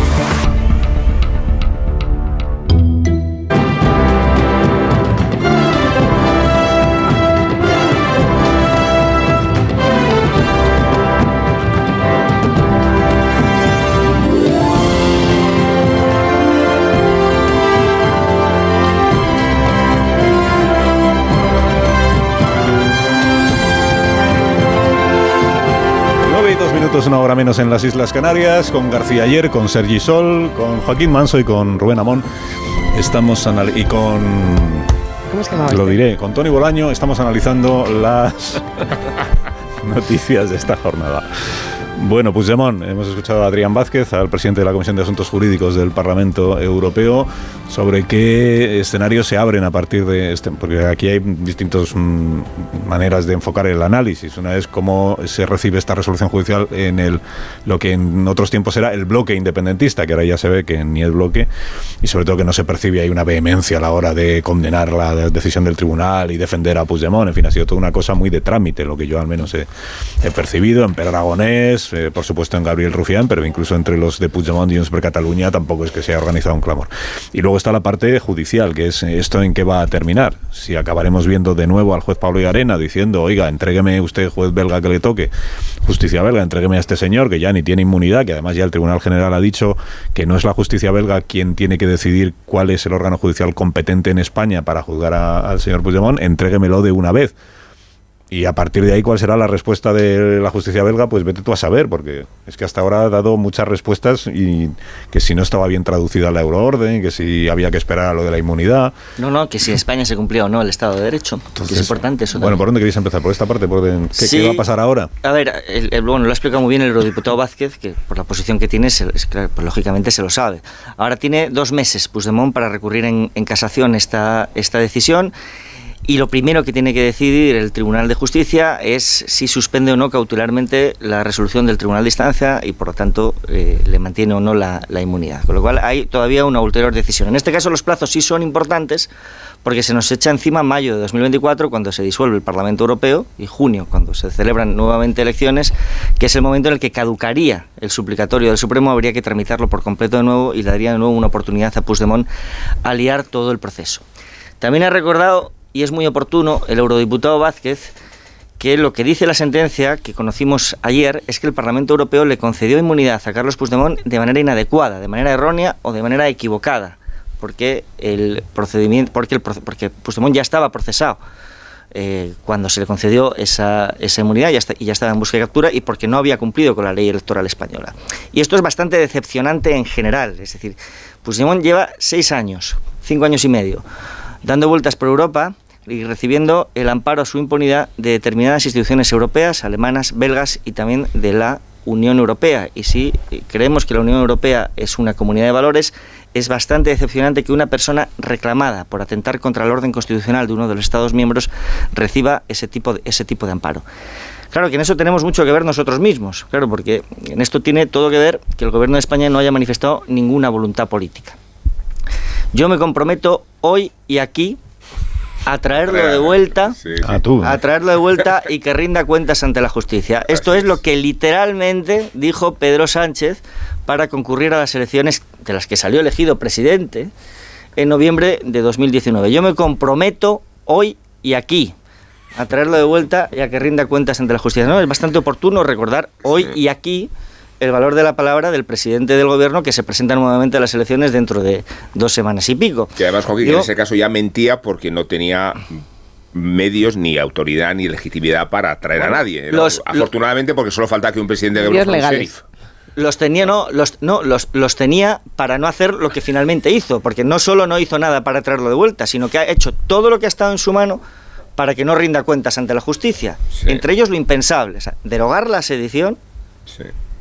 Una hora menos en las Islas Canarias, con García Ayer, con Sergi Sol, con Joaquín Manso y con Rubén Amón. Estamos anal- y con... ¿Cómo es que me Lo diré, con Toni Bolaño estamos analizando las noticias de esta jornada. Bueno, Puigdemont, hemos escuchado a Adrián Vázquez, al presidente de la Comisión de Asuntos Jurídicos del Parlamento Europeo, sobre qué escenarios se abren a partir de este, porque aquí hay distintas mm, maneras de enfocar el análisis. Una es cómo se recibe esta resolución judicial en el lo que en otros tiempos era el bloque independentista, que ahora ya se ve que ni es bloque, y sobre todo que no se percibe ahí una vehemencia a la hora de condenar la decisión del tribunal y defender a Puigdemont. En fin, ha sido toda una cosa muy de trámite, lo que yo al menos he, he percibido en Per Aragonés, eh, por supuesto en Gabriel Rufián, pero incluso entre los de Puigdemont y Junts per Catalunya tampoco es que se haya organizado un clamor. Y luego está la parte judicial, que es esto en qué va a terminar. Si acabaremos viendo de nuevo al juez Pablo Llarena diciendo, oiga, entrégueme usted, juez belga que le toque, justicia belga, entrégueme a este señor que ya ni tiene inmunidad, que además ya el Tribunal General ha dicho que no es la justicia belga quien tiene que decidir cuál es el órgano judicial competente en España para juzgar a, al señor Puigdemont, entréguemelo de una vez. Y a partir de ahí, ¿cuál será la respuesta de la justicia belga? Pues vete tú a saber, porque es que hasta ahora ha dado muchas respuestas y que si no estaba bien traducida la euroorden, que si había que esperar a lo de la inmunidad. No, no, que si en España se cumplía o no el Estado de Derecho. Entonces, es importante eso también. Bueno, ¿por dónde queréis empezar? ¿Por esta parte? ¿Por de, ¿qué, sí, ¿Qué va a pasar ahora? A ver, el, el, bueno, lo ha explicado muy bien el eurodiputado Vázquez, que por la posición que tiene, se, es, pues, lógicamente se lo sabe. Ahora tiene dos meses Puigdemont para recurrir en, en casación esta, esta decisión. Y lo primero que tiene que decidir el Tribunal de Justicia es si suspende o no cautelarmente la resolución del Tribunal de Instancia y, por lo tanto, eh, le mantiene o no la, la inmunidad. Con lo cual, hay todavía una ulterior decisión. En este caso, los plazos sí son importantes porque se nos echa encima mayo de dos mil veinticuatro, cuando se disuelve el Parlamento Europeo, y junio, cuando se celebran nuevamente elecciones, que es el momento en el que caducaría el suplicatorio del Supremo. Habría que tramitarlo por completo de nuevo y le daría de nuevo una oportunidad a Puigdemont a liar todo el proceso. También ha recordado, y es muy oportuno, el eurodiputado Vázquez, que lo que dice la sentencia que conocimos ayer es que el Parlamento Europeo le concedió inmunidad a Carlos Puigdemont de manera inadecuada, de manera errónea o de manera equivocada, porque el procedimiento, porque, el, porque Puigdemont ya estaba procesado eh, cuando se le concedió esa, esa inmunidad ya está, y ya estaba en busca de captura, y porque no había cumplido con la ley electoral española. Y esto es bastante decepcionante en general, es decir, Puigdemont lleva seis años, cinco años y medio, dando vueltas por Europa y recibiendo el amparo a su impunidad de determinadas instituciones europeas, alemanas, belgas y también de la Unión Europea. Y si creemos que la Unión Europea es una comunidad de valores, es bastante decepcionante que una persona reclamada por atentar contra el orden constitucional de uno de los Estados miembros reciba ese tipo de, ese tipo de amparo. Claro que en eso tenemos mucho que ver nosotros mismos, claro, porque en esto tiene todo que ver que el Gobierno de España no haya manifestado ninguna voluntad política. Yo me comprometo hoy y aquí a traerlo de vuelta, sí, sí. A, tú. a traerlo de vuelta y que rinda cuentas ante la justicia. Esto es lo que literalmente dijo Pedro Sánchez para concurrir a las elecciones de las que salió elegido presidente en noviembre de dos mil diecinueve. Yo me comprometo hoy y aquí a traerlo de vuelta y a que rinda cuentas ante la justicia. ¿No? Es bastante oportuno recordar hoy sí. y aquí el valor de la palabra del presidente del gobierno que se presenta nuevamente a las elecciones dentro de dos semanas y pico. Que además, Joaquín, Digo, en ese caso ya mentía porque no tenía medios, ni autoridad, ni legitimidad para traer bueno, a nadie. Los, Afortunadamente, porque solo falta que un presidente de gobierno fuera un sheriff. Los tenía, no, los, no los, los tenía para no hacer lo que finalmente hizo, porque no solo no hizo nada para traerlo de vuelta, sino que ha hecho todo lo que ha estado en su mano para que no rinda cuentas ante la justicia. Sí. Entre ellos lo impensable, o sea, derogar la sedición. Sí.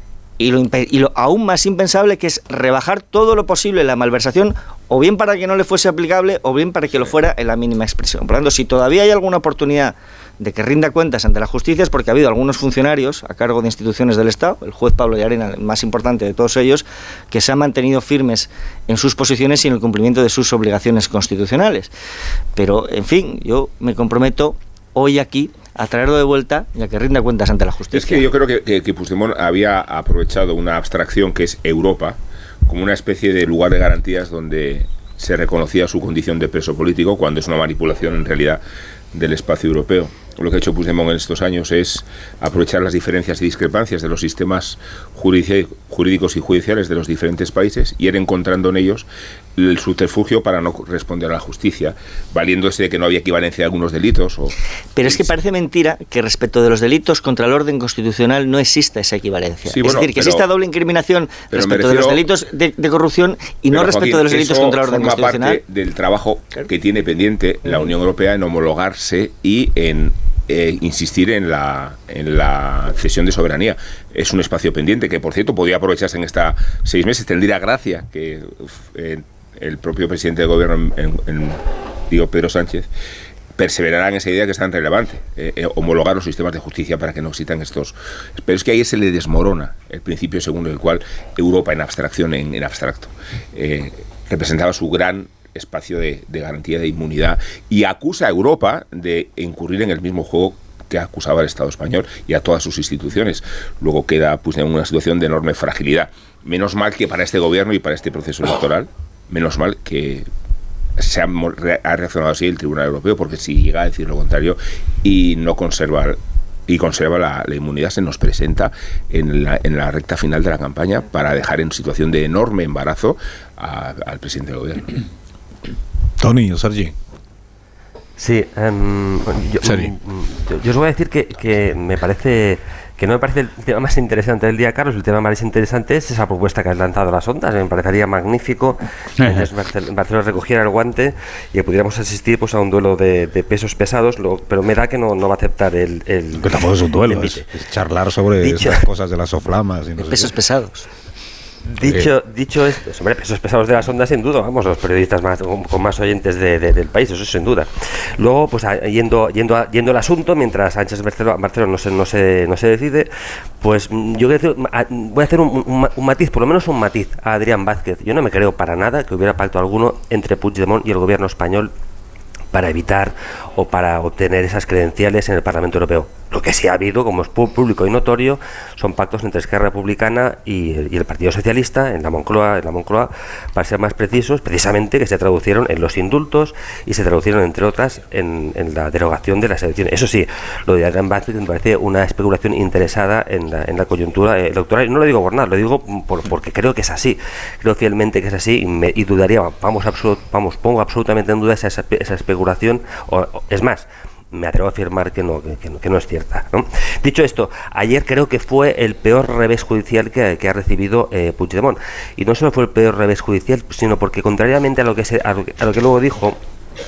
Y lo, y lo aún más impensable, que es rebajar todo lo posible la malversación, o bien para que no le fuese aplicable, o bien para que lo fuera en la mínima expresión. Por lo tanto, si todavía hay alguna oportunidad de que rinda cuentas ante la justicia, es porque ha habido algunos funcionarios a cargo de instituciones del Estado, el juez Pablo Llarena, el más importante de todos ellos, que se han mantenido firmes en sus posiciones y en el cumplimiento de sus obligaciones constitucionales. Pero, en fin, yo me comprometo hoy aquí a traerlo de vuelta y a que rinda cuentas ante la justicia. Es que yo creo que, que, que Puigdemont había aprovechado una abstracción que es Europa como una especie de lugar de garantías donde se reconocía su condición de preso político, cuando es una manipulación en realidad del espacio europeo. Lo que ha hecho Puigdemont en estos años es aprovechar las diferencias y discrepancias de los sistemas jurídicos y judiciales de los diferentes países y ir encontrando en ellos el subterfugio para no responder a la justicia, valiéndose de que no había equivalencia de algunos delitos. O... Pero es que parece mentira que respecto de los delitos contra el orden constitucional no exista esa equivalencia. Sí, es bueno, decir, que pero, exista doble incriminación respecto refiero, de los delitos de, de corrupción y no respecto Joaquín, de los delitos contra el orden forma constitucional. Parte del trabajo que tiene pendiente la Unión Europea en homologarse y en Eh, insistir en la, en la cesión de soberanía. Es un espacio pendiente que, por cierto, podría aprovecharse en estos seis meses. Tendría gracia que eh, el propio presidente del gobierno, en, en, digo, Pedro Sánchez, perseverará en esa idea que es tan relevante, eh, eh, homologar los sistemas de justicia para que no existan estos... Pero es que ahí se le desmorona el principio según el cual Europa, en abstracción, en, en abstracto, eh, representaba su gran espacio de, de garantía de inmunidad y acusa a Europa de incurrir en el mismo juego que acusaba al Estado español y a todas sus instituciones. Luego queda pues, en una situación de enorme fragilidad. Menos mal que para este gobierno y para este proceso electoral, menos mal que se ha, ha reaccionado así el Tribunal Europeo, porque si llega a decir lo contrario y no conserva y conserva la, la inmunidad, se nos presenta en la, en la recta final de la campaña para dejar en situación de enorme embarazo a, al presidente del gobierno. Tony o Sergi. Sí, um, yo, Sergi. Yo, yo os voy a decir que, que me parece que no me parece el tema más interesante del día, Carlos. El tema más interesante es esa propuesta que has lanzado a las ondas. Me parecería magnífico que Barcelona recogiera el guante y que pudiéramos asistir pues a un duelo de, de pesos pesados, lo, pero me da que no, no va a aceptar el... el que tampoco es un duelo, es, es charlar sobre Dicho, esas cosas de las soflamas. Y no sé pesos qué. pesados. Dicho, dicho esto, hombre, pesos pesados de las ondas sin duda, vamos, los periodistas más, con más oyentes de, de, del país, eso sin duda. Luego, pues yendo yendo, a, yendo al asunto, mientras Sánchez Barceló, Barceló no se no se no se decide, pues yo voy a hacer, voy a hacer un, un, un matiz, por lo menos un matiz a Adrián Vázquez. Yo no me creo para nada que hubiera pacto alguno entre Puigdemont y el gobierno español para evitar o para obtener esas credenciales en el Parlamento Europeo. Lo que sí ha habido, como es público y notorio, son pactos entre Esquerra Republicana y el, y el Partido Socialista en la Moncloa, en la Moncloa, para ser más precisos, precisamente que se traducieron en los indultos y se traducieron, entre otras, en, en la derogación de las elecciones. Eso sí, lo de Adrián Vázquez me parece una especulación interesada en la, en la coyuntura electoral. Y no lo digo por nada, lo digo por, porque creo que es así. Creo fielmente que es así y, me, y dudaría, vamos, absolut, vamos, pongo absolutamente en duda esa, esa especulación. O, o, es más, me atrevo a afirmar que no, que, que no, que no es cierta, ¿no? Dicho esto, ayer creo que fue el peor revés judicial que, que ha recibido eh, Puigdemont. Y no solo fue el peor revés judicial, sino porque contrariamente a lo que, se, a lo que, a lo que luego dijo,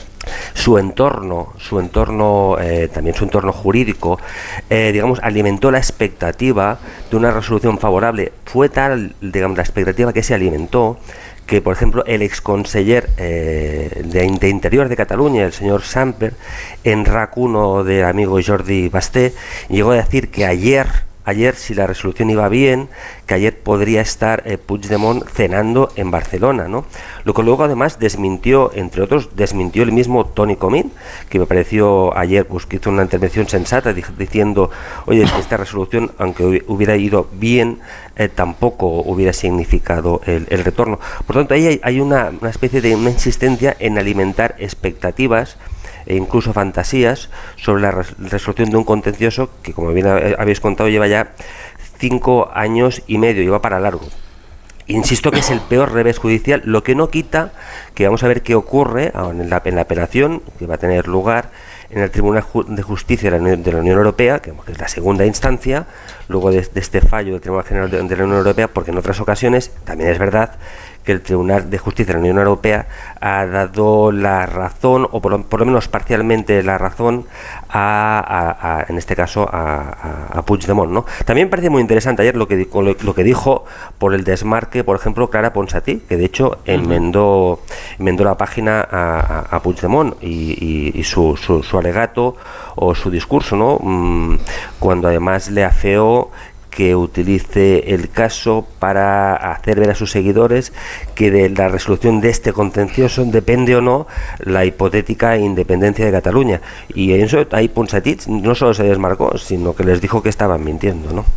su entorno, su entorno eh, también su entorno jurídico, eh, digamos, alimentó la expectativa de una resolución favorable. Fue tal, digamos, la expectativa que se alimentó que, por ejemplo, el exconseller eh, de, de Interior de Cataluña, el señor Samper, en R A C uno del amigo Jordi Basté, llegó a decir que ayer, ayer si la resolución iba bien, que ayer podría estar eh, Puigdemont cenando en Barcelona, ¿no? Lo que luego además desmintió, entre otros, desmintió el mismo Toni Comín, que me pareció ayer, pues, que hizo una intervención sensata diciendo, oye, que esta resolución, aunque hubiera ido bien, eh, tampoco hubiera significado el, el retorno. Por tanto, ahí hay, hay una, una especie de una insistencia en alimentar expectativas e incluso fantasías sobre la res resolución de un contencioso que, como bien habéis contado, lleva ya cinco años y medio, lleva para largo. Insisto que es el peor revés judicial, lo que no quita que vamos a ver qué ocurre en la, en la apelación que va a tener lugar en el Tribunal de Justicia de la Unión, de la Unión Europea, que es la segunda instancia, luego de, de este fallo del Tribunal General de, de la Unión Europea, porque en otras ocasiones también es verdad que el Tribunal de Justicia de la Unión Europea ha dado la razón, o por lo, por lo menos parcialmente la razón, a, a, a, en este caso a, a, a Puigdemont, ¿no? También parece muy interesante ayer lo que, lo, lo que dijo por el desmarque, por ejemplo, Clara Ponsatí, que de hecho enmendó, enmendó la página a, a, a Puigdemont y, y, y su, su, su alegato o su discurso, ¿no? Mm, cuando además le afeó que utilice el caso para hacer ver a sus seguidores que de la resolución de este contencioso depende o no la hipotética independencia de Cataluña. Y en eso ahí Ponsatí no solo se desmarcó, sino que les dijo que estaban mintiendo, ¿no?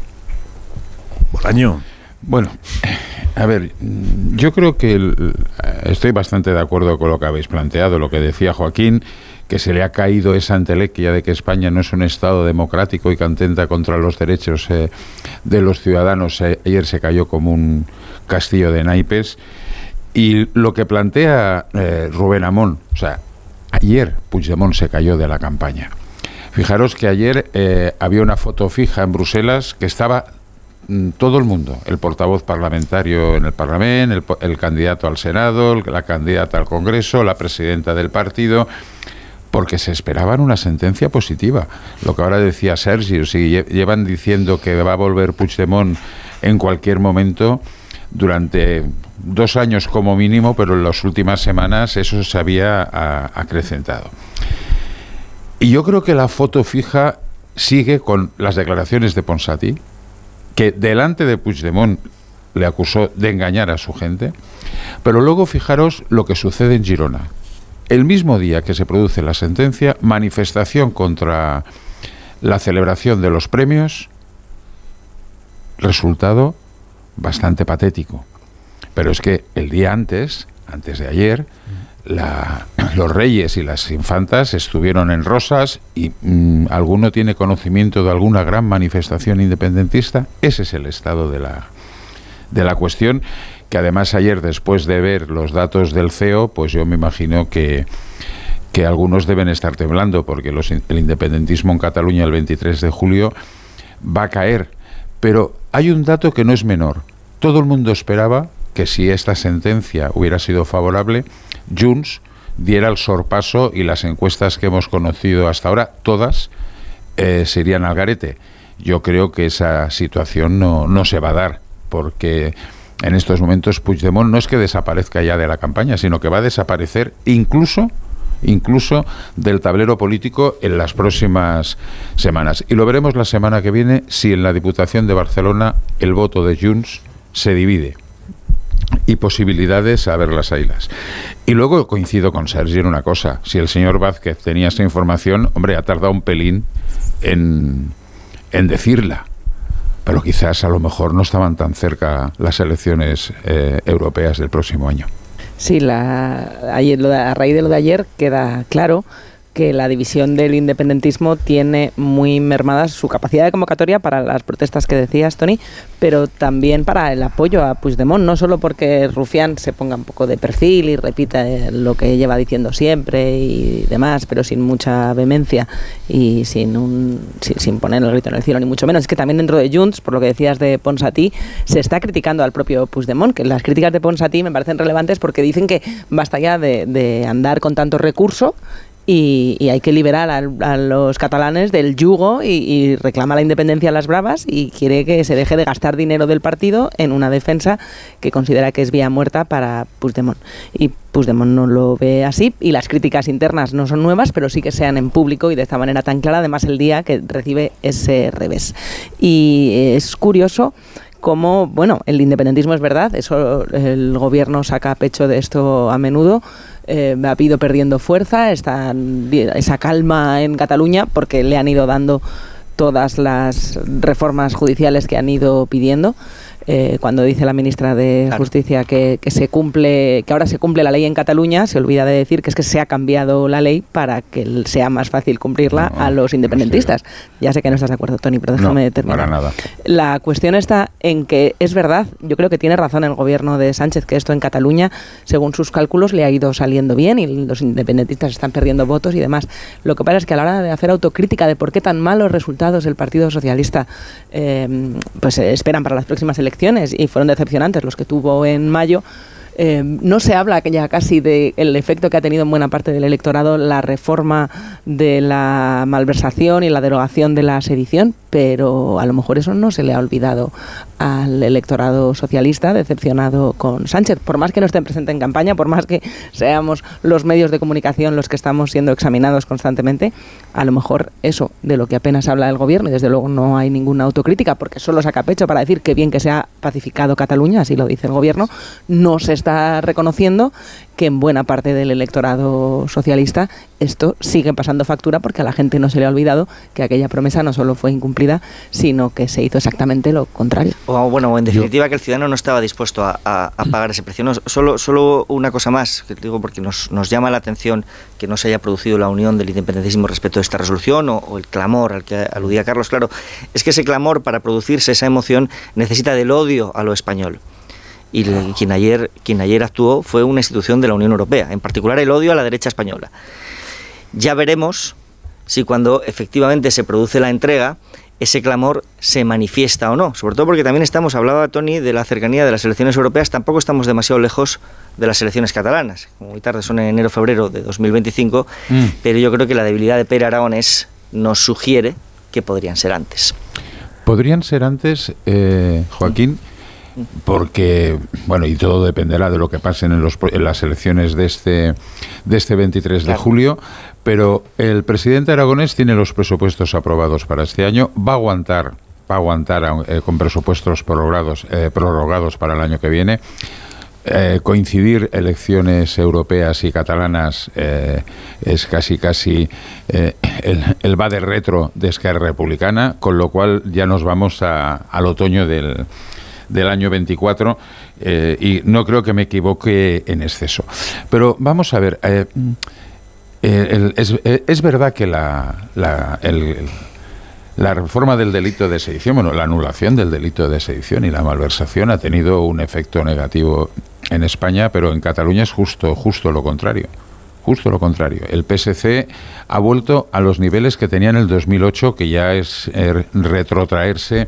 Bolaño. Bueno, a ver, yo creo que el, estoy bastante de acuerdo con lo que habéis planteado, lo que decía Joaquín, que se le ha caído esa entelequia de que España no es un Estado democrático y que atenta contra los derechos eh, de los ciudadanos. Eh, ayer se cayó como un castillo de naipes. Y lo que plantea eh, Rubén Amón, o sea, ayer Puigdemont se cayó de la campaña. Fijaros que ayer eh, había una foto fija en Bruselas que estaba mm, todo el mundo, el portavoz parlamentario en el Parlamento, el, el candidato al Senado, la candidata al Congreso, la presidenta del partido, porque se esperaban una sentencia positiva. Lo que ahora decía Sergio, si llevan diciendo que va a volver Puigdemont en cualquier momento durante dos años como mínimo, pero en las últimas semanas eso se había a, acrecentado. Y yo creo que la foto fija sigue con las declaraciones de Ponsatí, que delante de Puigdemont le acusó de engañar a su gente, pero luego fijaros lo que sucede en Girona. El mismo día que se produce la sentencia, manifestación contra la celebración de los premios, resultado bastante patético. Pero es que el día antes, antes de ayer, la, los reyes y las infantas estuvieron en Rosas y mmm, ¿alguno tiene conocimiento de alguna gran manifestación independentista? Ese es el estado de la, de la cuestión, que además ayer, después de ver los datos del C E O, pues yo me imagino que, que algunos deben estar temblando, porque los, el independentismo en Cataluña el veintitrés de julio va a caer. Pero hay un dato que no es menor. Todo el mundo esperaba que si esta sentencia hubiera sido favorable, Junts diera el sorpaso y las encuestas que hemos conocido hasta ahora, todas, eh, se irían al garete. Yo creo que esa situación no, no se va a dar, porque en estos momentos Puigdemont no es que desaparezca ya de la campaña, sino que va a desaparecer incluso, incluso del tablero político en las próximas semanas. Y lo veremos la semana que viene si en la Diputación de Barcelona el voto de Junts se divide. Y posibilidades a ver las ailas. Y luego coincido con Sergio en una cosa. Si el señor Vázquez tenía esa información, hombre, ha tardado un pelín en, en decirla. Pero quizás a lo mejor no estaban tan cerca las elecciones eh, europeas del próximo año. Sí, la, ayer, lo de, a raíz de lo de ayer queda claro, que la división del independentismo tiene muy mermada su capacidad de convocatoria para las protestas que decías, Toni, pero también para el apoyo a Puigdemont, no solo porque Rufián se ponga un poco de perfil y repita lo que lleva diciendo siempre y demás, pero sin mucha vehemencia y sin un sin, sin poner el grito en el cielo, ni mucho menos. Es que también dentro de Junts, por lo que decías de Ponsatí, se está criticando al propio Puigdemont, que las críticas de Ponsatí me parecen relevantes porque dicen que basta ya de, de andar con tanto recurso Y, y hay que liberar a, a los catalanes del yugo y, y reclama la independencia a las bravas y quiere que se deje de gastar dinero del partido en una defensa que considera que es vía muerta para Puigdemont. Y Puigdemont no lo ve así y las críticas internas no son nuevas, pero sí que sean en público y de esta manera tan clara, además el día que recibe ese revés. Y es curioso cómo, bueno, el independentismo es verdad, eso el gobierno saca pecho de esto a menudo, eh, ha ido perdiendo fuerza, está esa calma en Cataluña porque le han ido dando todas las reformas judiciales que han ido pidiendo. Eh, cuando dice la ministra de claro. Justicia que, que se cumple, que ahora se cumple la ley en Cataluña, se olvida de decir que es que se ha cambiado la ley para que sea más fácil cumplirla no, a los independentistas. No ya sé que no estás de acuerdo, Toni, pero déjame no, terminar. Para nada. La cuestión está en que es verdad, yo creo que tiene razón el gobierno de Sánchez, que esto en Cataluña, según sus cálculos, le ha ido saliendo bien y los independentistas están perdiendo votos y demás. Lo que pasa es que a la hora de hacer autocrítica de por qué tan malos resultados el Partido Socialista eh, pues eh, esperan para las próximas elecciones, y fueron decepcionantes los que tuvo en mayo, eh, no se habla ya casi del efecto que ha tenido en buena parte del electorado la reforma de la malversación y la derogación de la sedición, pero a lo mejor eso no se le ha olvidado al electorado socialista decepcionado con Sánchez, por más que no estén presentes en campaña, por más que seamos los medios de comunicación los que estamos siendo examinados constantemente, a lo mejor eso de lo que apenas habla el gobierno, y desde luego no hay ninguna autocrítica porque solo saca pecho para decir que bien que se ha pacificado Cataluña, así lo dice el gobierno, no se está reconociendo que en buena parte del electorado socialista esto sigue pasando factura porque a la gente no se le ha olvidado que aquella promesa no solo fue incumplida, sino que se hizo exactamente lo contrario. O bueno, en definitiva que el ciudadano no estaba dispuesto a, a, a pagar ese precio. No, solo, solo una cosa más, que digo porque nos, nos llama la atención que no se haya producido la unión del independentismo respecto a esta resolución o, o el clamor al que aludía Carlos. Claro, es que ese clamor, para producirse esa emoción, necesita del odio a lo español. Y le, quien, ayer, quien ayer actuó fue una institución de la Unión Europea, en particular el odio a la derecha española. Ya veremos si cuando efectivamente se produce la entrega, ese clamor se manifiesta o no. Sobre todo porque también estamos, hablaba Toni de la cercanía de las elecciones europeas, tampoco estamos demasiado lejos de las elecciones catalanas. Como muy tarde son en enero febrero de dos mil veinticinco, mm. pero yo creo que la debilidad de Pere Aragonés nos sugiere que podrían ser antes. Podrían ser antes, eh, Joaquín, porque, bueno, y todo dependerá de lo que pasen en, los, en las elecciones de este, de este veintitrés de julio, pero el presidente aragonés tiene los presupuestos aprobados para este año, va a aguantar, va a aguantar eh, con presupuestos prorrogados, eh, prorrogados para el año que viene. Eh, coincidir elecciones europeas y catalanas eh, es casi casi eh, el, el va de retro de Esquerra Republicana, con lo cual ya nos vamos a, al otoño del del año veinticuatro eh, y no creo que me equivoque en exceso. Pero vamos a ver, eh, eh, el, es, eh, es verdad que la, la, el, la reforma del delito de sedición, bueno, la anulación del delito de sedición y la malversación ha tenido un efecto negativo en España, pero en Cataluña es justo, justo lo contrario. Justo lo contrario. El P S C ha vuelto a los niveles que tenía en el dos mil ocho, que ya es eh, retrotraerse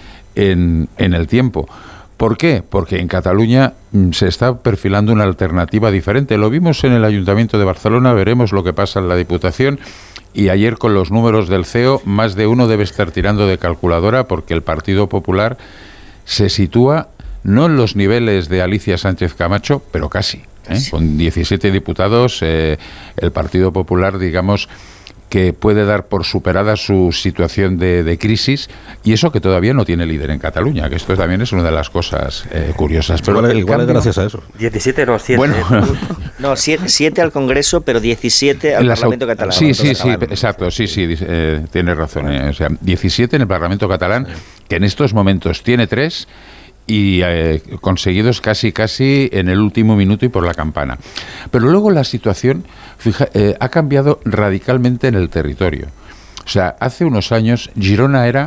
En, en el tiempo. ¿Por qué? Porque en Cataluña mm, se está perfilando una alternativa diferente. Lo vimos en el Ayuntamiento de Barcelona, veremos lo que pasa en la Diputación, y ayer con los números del C E O, más de uno debe estar tirando de calculadora porque el Partido Popular se sitúa no en los niveles de Alicia Sánchez Camacho, pero casi. ¿eh? Sí. Con diecisiete diputados, eh, el Partido Popular, digamos, que puede dar por superada su situación de, de crisis, y eso que todavía no tiene líder en Cataluña, que esto también es una de las cosas eh, curiosas. Pero igual, igual cambio, es gracias a eso. diecisiete, no, siete. Bueno, no, siete al Congreso, pero diecisiete al Parlamento catalán. Sí, sí, sí, exacto, sí, sí, eh, tienes razón. Eh, o sea, diecisiete en el Parlamento catalán, que en estos momentos tiene tres, y eh, conseguidos casi casi en el último minuto y por la campana. Pero luego la situación fija, eh, ha cambiado radicalmente en el territorio. O sea, hace unos años Girona era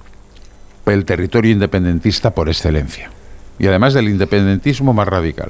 el territorio independentista por excelencia, y además del independentismo más radical.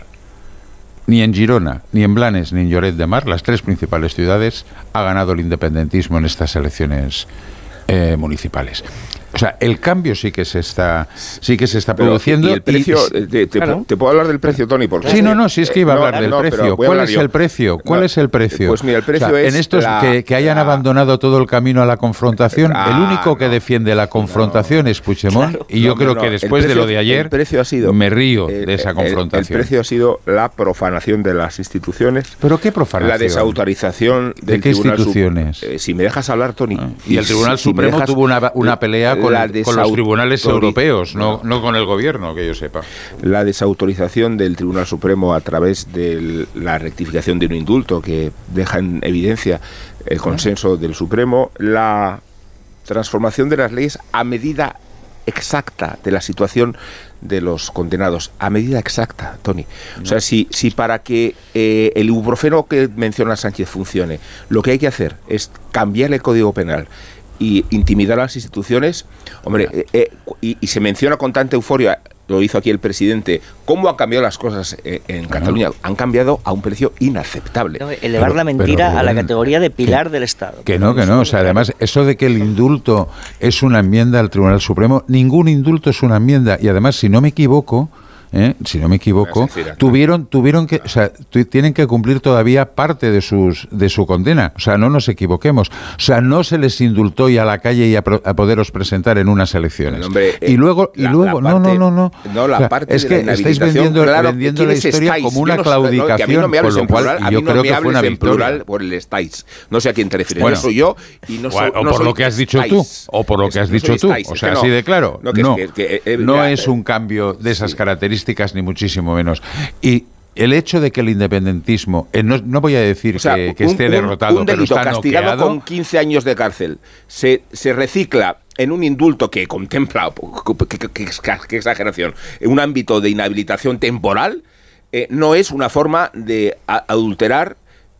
Ni en Girona, ni en Blanes, ni en Lloret de Mar, las tres principales ciudades, ha ganado el independentismo en estas elecciones eh, municipales. O sea, el cambio sí que se está sí que se está pero, produciendo. ¿Y el precio? Y, te, te, claro. ¿Te puedo hablar del precio, Tony? Porque sí, no, no, sí es que iba a hablar no, del no, precio. ¿Cuál es el precio? ¿Cuál no, es el precio? Pues mira, el precio o sea, es en estos la, que, que hayan la, abandonado todo el camino a la confrontación, ah, el único que no, defiende la confrontación no, es Puigdemont, claro, y yo no, creo no, que después precio, de lo de ayer el precio ha sido, me río el, de esa confrontación. El, el precio ha sido la profanación de las instituciones. ¿Pero qué profanación? La desautorización ¿De del qué Tribunal instituciones? Sub, eh, si me dejas hablar, Tony. Ah, y, y el Tribunal si, Supremo si dejas, tuvo una, una pelea con, con los tribunales europeos. No, no con el gobierno, que yo sepa. La desautorización del Tribunal Supremo a través de la rectificación de un indulto que deja en evidencia el consenso del Supremo, la transformación de las leyes a medida exacta de la situación de los condenados, a medida exacta, Tony. O sea, si, si para que eh, el ibuprofeno que menciona Sánchez funcione, lo que hay que hacer es cambiar el Código Penal y intimidar a las instituciones, hombre, eh, eh, y, y se menciona con tanta euforia, lo hizo aquí el presidente, cómo han cambiado las cosas eh, en Cataluña. Han cambiado a un precio inaceptable. No, elevar pero, la mentira pero, a la categoría de pilar que, del Estado. Que no, que no. O sea, además, eso de que el indulto es una enmienda al Tribunal Supremo, ningún indulto es una enmienda. Y además, si no me equivoco, ¿Eh? si no me equivoco, tuvieron, tuvieron que, o sea, tu, tienen que cumplir todavía parte de sus, de su condena. O sea, no nos equivoquemos. O sea, no se les indultó y a la calle y a, pro, a poderos presentar en unas elecciones. Hombre, y luego, y la, luego, la parte, no, no, no, no. No, la o sea, parte es que de la estáis vendiendo, claro, vendiendo la historia estáis? como una no, claudicación, no, que a mí no me hables con lo en cual plural, a mí yo no creo me que fue una en victoria. Plural por el estáis. No sé a quién te refieres. Bueno, no soy yo y no soy. O no por soy lo que has dicho tú, o por lo que has dicho tú. O sea, así de claro. No, no es un cambio de esas características, ni muchísimo menos. Y el hecho de que el independentismo, eh, no, no voy a decir o sea, que, que esté un, derrotado, un delito pero está castigado noqueado, con quince años de cárcel, se, se recicla en un indulto que contempla, qué que, que, que exageración, en un ámbito de inhabilitación temporal, eh, no es una forma de a, adulterar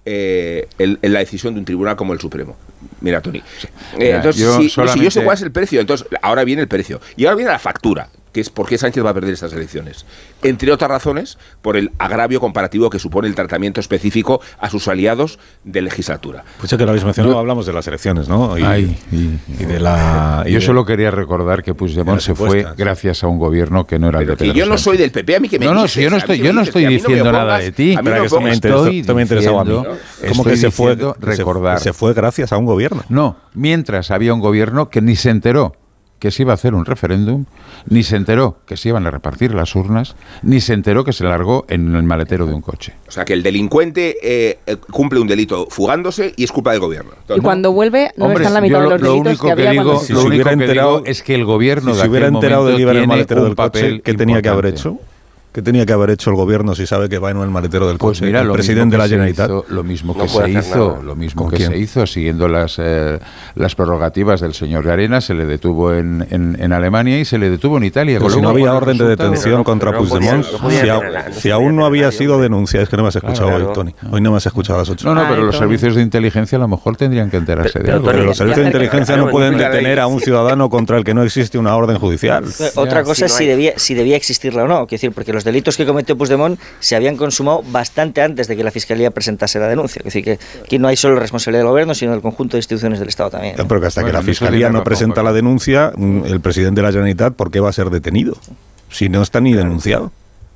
eh, el, el, la decisión de un tribunal como el Supremo. Mira, Tony. Eh, Mira, entonces, yo si, solamente... si yo sé cuál es el precio, entonces ahora viene el precio. Y ahora viene la factura, que es por qué Sánchez va a perder estas elecciones. Entre otras razones, por el agravio comparativo que supone el tratamiento específico a sus aliados de legislatura. Pues ya que lo habéis mencionado, hablamos de las elecciones, ¿no? Y, Ay, y, y de la... Y yo de, solo quería recordar que Puigdemont se fue gracias a un gobierno que no era Pero el de que Pedro yo no Sánchez. soy del P P, a mí que me No, no, dices, si yo no estoy, yo no estoy diciendo no nada de ti. A mí no que esto me interesa, esto me interesaba a mí. ¿Cómo que se fue, recordar. Se, se fue gracias a un gobierno. No, mientras había un gobierno que ni se enteró que se iba a hacer un referéndum, ni se enteró que se iban a repartir las urnas, ni se enteró que se largó en el maletero de un coche. O sea, que el delincuente eh, cumple un delito fugándose y es culpa del gobierno. Entonces, y cuando vuelve no hombre, está en la mitad lo, de los lo delitos único que, que había digo, cuando... si Lo se único que enterado, digo es que el gobierno si de se hubiera aquel enterado de que iba en el maletero del coche, ¿qué tenía que haber hecho? ¿Qué tenía que haber hecho el gobierno si sabe que va en el maletero del coche? Pues mira, el lo presidente de la Generalitat. Hizo, lo mismo que no se hizo, nada. lo mismo que se hizo, siguiendo las eh, las prerrogativas del señor Llarena, se le detuvo en, en, en Alemania y se le detuvo en Italia. Pero si no había orden de detención no, contra no Puigdemont, no podía, si, a, nada, no si aún no había sido denunciado, es que no me has escuchado claro, hoy, Tony. Hoy no me has escuchado a las ocho. No, no, Ay, pero Tony. los servicios de inteligencia a lo mejor tendrían que enterarse pero, de algo. Pero, pero los servicios de inteligencia no pueden detener a un ciudadano contra el que no existe una orden judicial. Otra cosa es si debía si debía existirla o no, decir, porque los delitos que cometió Puigdemont se habían consumado bastante antes de que la Fiscalía presentase la denuncia. Es decir, que aquí no hay solo responsabilidad del Gobierno, sino del conjunto de instituciones del Estado también. ¿no? Pero que hasta bueno, que la Fiscalía no presenta razón, la denuncia, el presidente de la Generalitat, ¿por qué va a ser detenido? Si no está ni denunciado.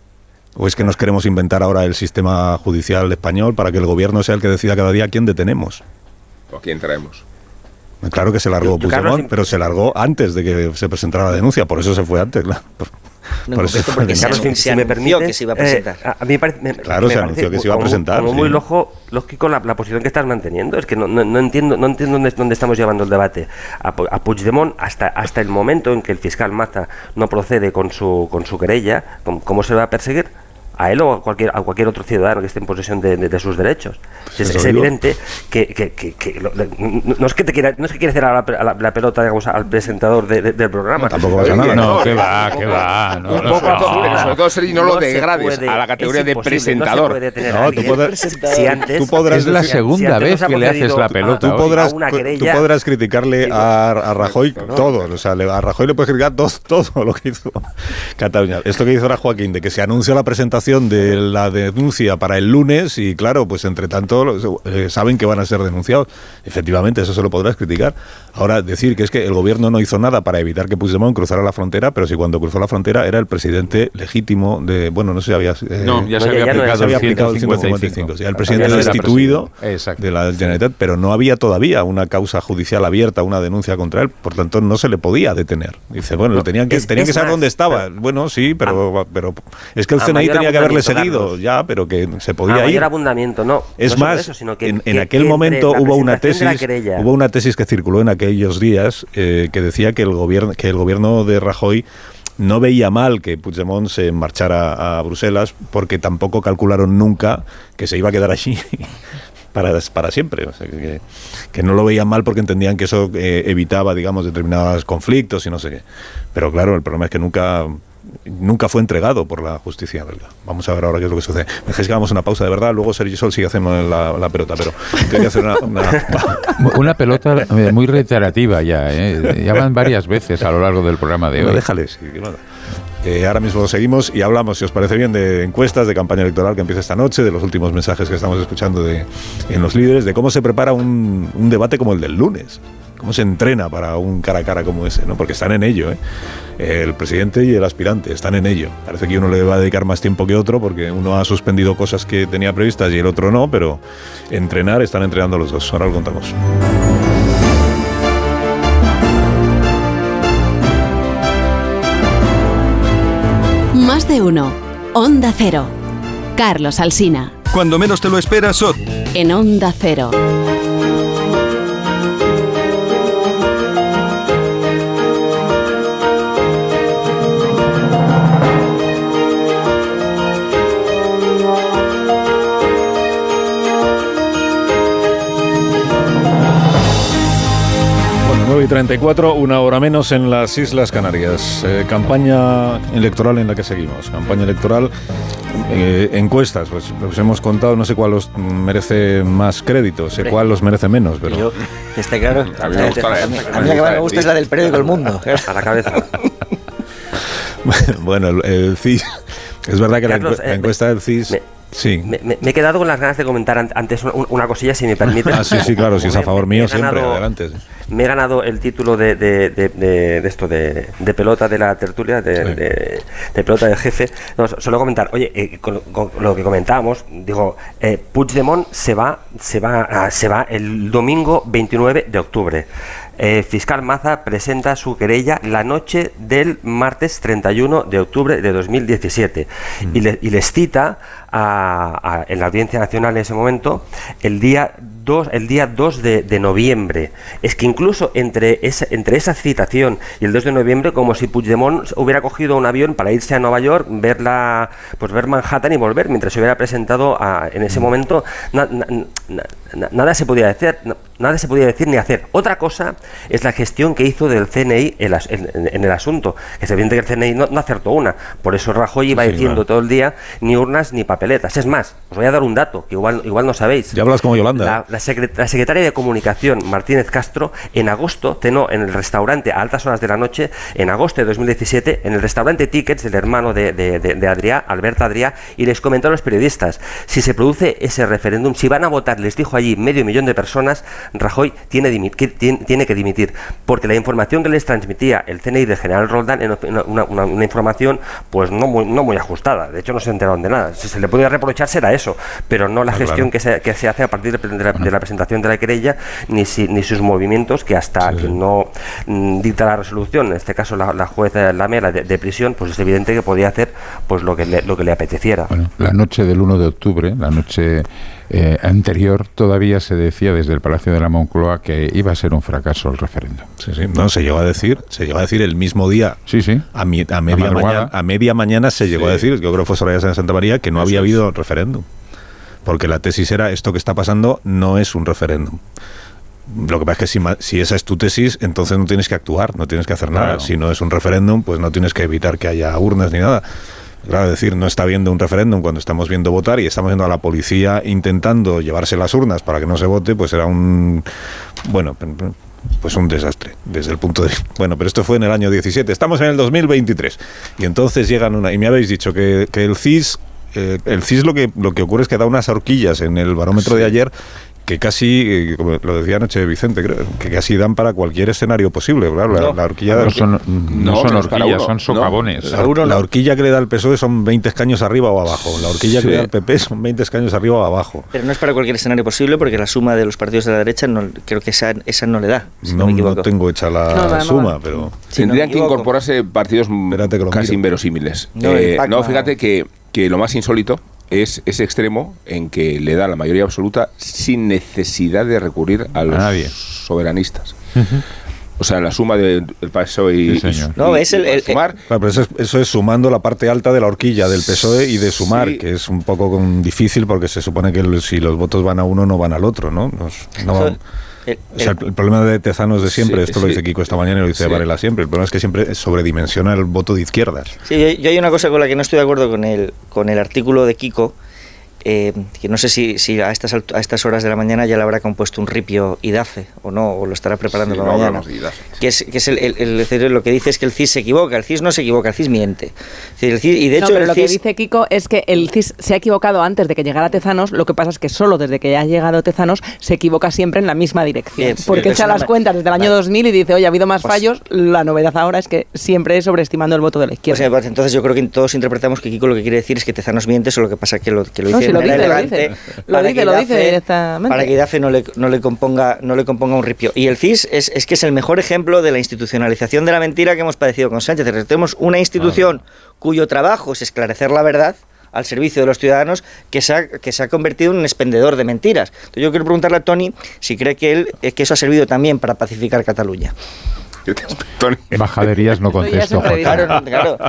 ¿O es que nos queremos inventar ahora el sistema judicial español para que el Gobierno sea el que decida cada día a quién detenemos? ¿O a quién traemos? Claro que se largó Puigdemont, pero se largó antes de que se presentara la denuncia, por eso se fue antes, claro. No, por eso porque se, Carlos, si, se si me permite, que se iba a presentar. Eh, a, a mí me parece, me, claro, me se parece anunció que se iba a presentar. Como sí. muy lojo, lógico la, la posición que estás manteniendo. Es que no, no, no entiendo, no entiendo dónde, dónde estamos llevando el debate. A, a Puigdemont, hasta, hasta el momento en que el fiscal Maza no procede con su, con su querella, ¿cómo, cómo se va a perseguir? a él o a cualquier, a cualquier otro ciudadano que esté en posesión de, de, de sus derechos. Pues es es evidente que, que, que, que lo, no, no es que te quiera, no es que quiere hacer la, la, la pelota, digamos, al presentador de, de, del programa. No, tampoco pasa nada. No, que va, que va. No, un no, poco no, a todo, pero sobre todo, Sergi, no, no lo degrades puede, a la categoría de presentador. No, se puede no tú, podrás, si antes, tú podrás es la decir, segunda si vez que le haces la pelota. Tú podrás, querella, tú podrás criticarle digo, a, a Rajoy ¿no? todo. O sea, a Rajoy le puedes criticar todo, todo lo que hizo Cataluña. Esto que hizo ahora Joaquín, de que se anuncia la presentación de la denuncia para el lunes y claro, pues entre tanto eh, saben que van a ser denunciados. Efectivamente, eso se lo podrás criticar. Ahora, decir que es que el gobierno no hizo nada para evitar que Puigdemont cruzara la frontera, pero si cuando cruzó la frontera era el presidente legítimo de... Bueno, no sé, había... Eh, no, ya se había, ya aplicado, se había el aplicado el ciento cincuenta y cinco. Ya el presidente destituido de la Generalitat, pero no había todavía una causa judicial abierta, una denuncia contra él, por tanto no se le podía detener. Dice, bueno, no, tenían que, es, tenían es que saber más, dónde estaba. Pero, bueno, sí, pero, a, pero es que el C N I tenía que haberle seguido, Carlos, ya, pero que se podía a ir. mayor abundamiento, no. Es no más, eso, sino que, en, que, en aquel que momento hubo una tesis, hubo una tesis que circuló en aquellos días eh, que decía que el gobierno, que el gobierno de Rajoy no veía mal que Puigdemont se marchara a Bruselas porque tampoco calcularon nunca que se iba a quedar allí para, para siempre. O sea, que, que no lo veían mal porque entendían que eso eh, evitaba, digamos, determinados conflictos y no sé qué. Pero claro, el problema es que nunca... nunca fue entregado por la justicia belga. Vamos a ver ahora qué es lo que sucede. Me dejéis que hagamos una pausa de verdad, luego Sergi Sol sigue haciendo la, la pelota, pero quería hacer una... Una, una pelota muy reiterativa ya, ¿eh? Ya van varias veces a lo largo del programa de hoy. No, déjales. Eh, ahora mismo seguimos y hablamos, si os parece bien, de encuestas, de campaña electoral que empieza esta noche, de los últimos mensajes que estamos escuchando de, en los líderes, de cómo se prepara un, un debate como el del lunes. ¿Cómo se entrena para un cara a cara como ese? ¿No? Porque están en ello, ¿eh? El presidente y el aspirante están en ello. Parece que uno le va a dedicar más tiempo que otro porque uno ha suspendido cosas que tenía previstas y el otro no, pero entrenar, están entrenando los dos. Ahora lo contamos. Más de uno. Onda Cero. Carlos Alsina. Cuando menos te lo esperas, Ot. En Onda Cero. nueve y treinta y cuatro, una hora menos en las Islas Canarias. Eh, campaña electoral en la que seguimos. Campaña electoral, eh, encuestas, pues os hemos contado, no sé cuál os merece más crédito, sé cuál os merece menos, pero... Yo, que esté claro, a mí me gusta la, a mí, a mí la que más me gusta es la del periódico El Mundo. A la cabeza. Bueno, el, el C I S, es verdad que Carlos, la, la encuesta del C I S... Me, Sí. Me, me, me he quedado con las ganas de comentar antes una cosilla, si me permite. Ah, sí, sí, claro, si es a favor mío, siempre, ganado, adelante. Me he ganado el título de, de, de, de, de esto, de, de pelota de la tertulia, de, sí. de, de pelota del jefe. No, solo comentar, oye, eh, con, con lo que comentábamos, digo, eh, Puigdemont se va, se va, se va el domingo veintinueve de octubre. El fiscal Maza presenta su querella la noche del martes treinta y uno de octubre de dos mil diecisiete mm. y, le, y les cita a, a, en la Audiencia Nacional en ese momento el día dos, el día dos de, de noviembre. Es que incluso entre esa, entre esa citación y el dos de noviembre, como si Puigdemont hubiera cogido un avión para irse a Nueva York, ver, la, pues ver Manhattan y volver, mientras se hubiera presentado a, en ese momento, na, na, na, na, nada se podía decir, na, nada se podía decir ni hacer. Otra cosa es la gestión que hizo del C N I en, en, en el asunto. Es evidente que el C N I no, no acertó una. Por eso Rajoy iba sí, diciendo claro. todo el día ni urnas ni papeletas. Es más, os voy a dar un dato que igual, igual no sabéis. Ya hablas como Yolanda. La, la, secret, la secretaria de Comunicación, Martínez Castro, en agosto cenó en el restaurante a altas horas de la noche, en agosto de dos mil diecisiete, en el restaurante Tickets del hermano de, de, de, de Adrià, Albert Adrià, y les comentó a los periodistas, si se produce ese referéndum, si van a votar, les dijo allí medio millón de personas, Rajoy tiene, que, tiene, tiene que dimitir, porque la información que les transmitía el C N I del general Roldán era una, una, una, una información pues no muy, no muy ajustada. De hecho no se enteraron de nada. Si se le podía reprochar será eso, pero no la ah, gestión claro. que, se, que se hace a partir de, de, la, de la presentación de la querella, ni, si, ni sus movimientos, que hasta sí. que no mm, dicta la resolución, en este caso la, la jueza Lamela de, de prisión, pues es evidente que podía hacer pues lo que le, lo que le apeteciera. Bueno, la noche del uno de octubre, la noche eh, anterior, todavía se decía desde el Palacio de la Moncloa que iba a ser un fracaso el referéndum. Sí, sí, no, se llegó a decir, se llegó a decir el mismo día. Sí, sí. A, mi, a, media, mañana, a media mañana se llegó sí. a decir, yo creo que fue Soraya Sáenz de Santa María, que no Eso había es. habido referéndum. Porque la tesis era, esto que está pasando no es un referéndum. Lo que pasa es que si, si esa es tu tesis, entonces no tienes que actuar, no tienes que hacer nada. Claro. Si no es un referéndum, pues no tienes que evitar que haya urnas ni nada. Claro, es decir, no está viendo un referéndum cuando estamos viendo votar y estamos viendo a la policía intentando llevarse las urnas para que no se vote, pues era un... Bueno, pues un desastre desde el punto de... Bueno, pero esto fue en el año diecisiete. Estamos en el dos mil veintitrés. Y entonces llegan una... Y me habéis dicho que, que el C I S... Eh, el C I S lo que, lo que ocurre es que da unas horquillas en el barómetro sí. de ayer que casi, como lo decía anoche Vicente, creo, que casi dan para cualquier escenario posible. Claro, la, no, la horquilla no de, son, no no son horquillas, son socavones. No, la, la horquilla que le da el P S O E son veinte escaños arriba o abajo. La horquilla sí. que le da el P P son veinte escaños arriba o abajo. Pero no es para cualquier escenario posible, porque la suma de los partidos de la derecha no, creo que esa, esa no le da. Si no, no, no tengo hecha la no, no, suma, no, pero... Si Tendrían no que incorporarse partidos casi inverosímiles. No, eh, no, fíjate que, que lo más insólito es ese extremo en que le da la mayoría absoluta sin necesidad de recurrir a los a soberanistas. Uh-huh. O sea, la suma del de P S O E y, sí, y, no, es el, el, Sumar. Claro, pero eso es, eso es sumando la parte alta de la horquilla del P S O E y de Sumar, sí. que es un poco con, difícil porque se supone que el, si los votos van a uno no van al otro, ¿no? Nos, no van, el, o sea, el, el problema de Tezanos de siempre, sí, esto sí. lo dice Kiko esta mañana y lo dice sí. Varela siempre, el problema es que siempre sobredimensiona el voto de izquierdas. Sí, yo, yo hay una cosa con la que no estoy de acuerdo con el, con el artículo de Kiko, Eh, que no sé si, si a estas a estas horas de la mañana ya le habrá compuesto un ripio IDAFE o no, o lo estará preparando sí, para no mañana. Que es, que es el, el, el, el, lo que dice es que el C I S se equivoca, el C I S no se equivoca, el C I S miente. Es decir, el C I S, y de hecho no, pero el lo C I S... que dice Kiko es que el C I S se ha equivocado antes de que llegara Tezanos, lo que pasa es que solo desde que ha llegado Tezanos se equivoca siempre en la misma dirección. Bien, porque echa las cuentas desde el año vale. dos mil y dice, oye, ha habido más pues, fallos, la novedad ahora es que siempre es sobreestimando el voto de la izquierda. Pues, entonces yo creo que todos interpretamos que Kiko lo que quiere decir es que Tezanos miente, solo que pasa que lo, que lo no, dice si de manera elegante. Lo dice. Lo dice, lo dice directamente. Para que IDAFE no le, no le componga no le componga un ripio. Y el C I S es, es que es el mejor ejemplo de la institucionalización de la mentira que hemos padecido con Sánchez. Tenemos una institución ah, cuyo trabajo es esclarecer la verdad al servicio de los ciudadanos, que se ha, que se ha convertido en un expendedor de mentiras. Entonces yo quiero preguntarle a Toni si cree que él que eso ha servido también para pacificar Cataluña. Majaderías no contesto. Claro, claro.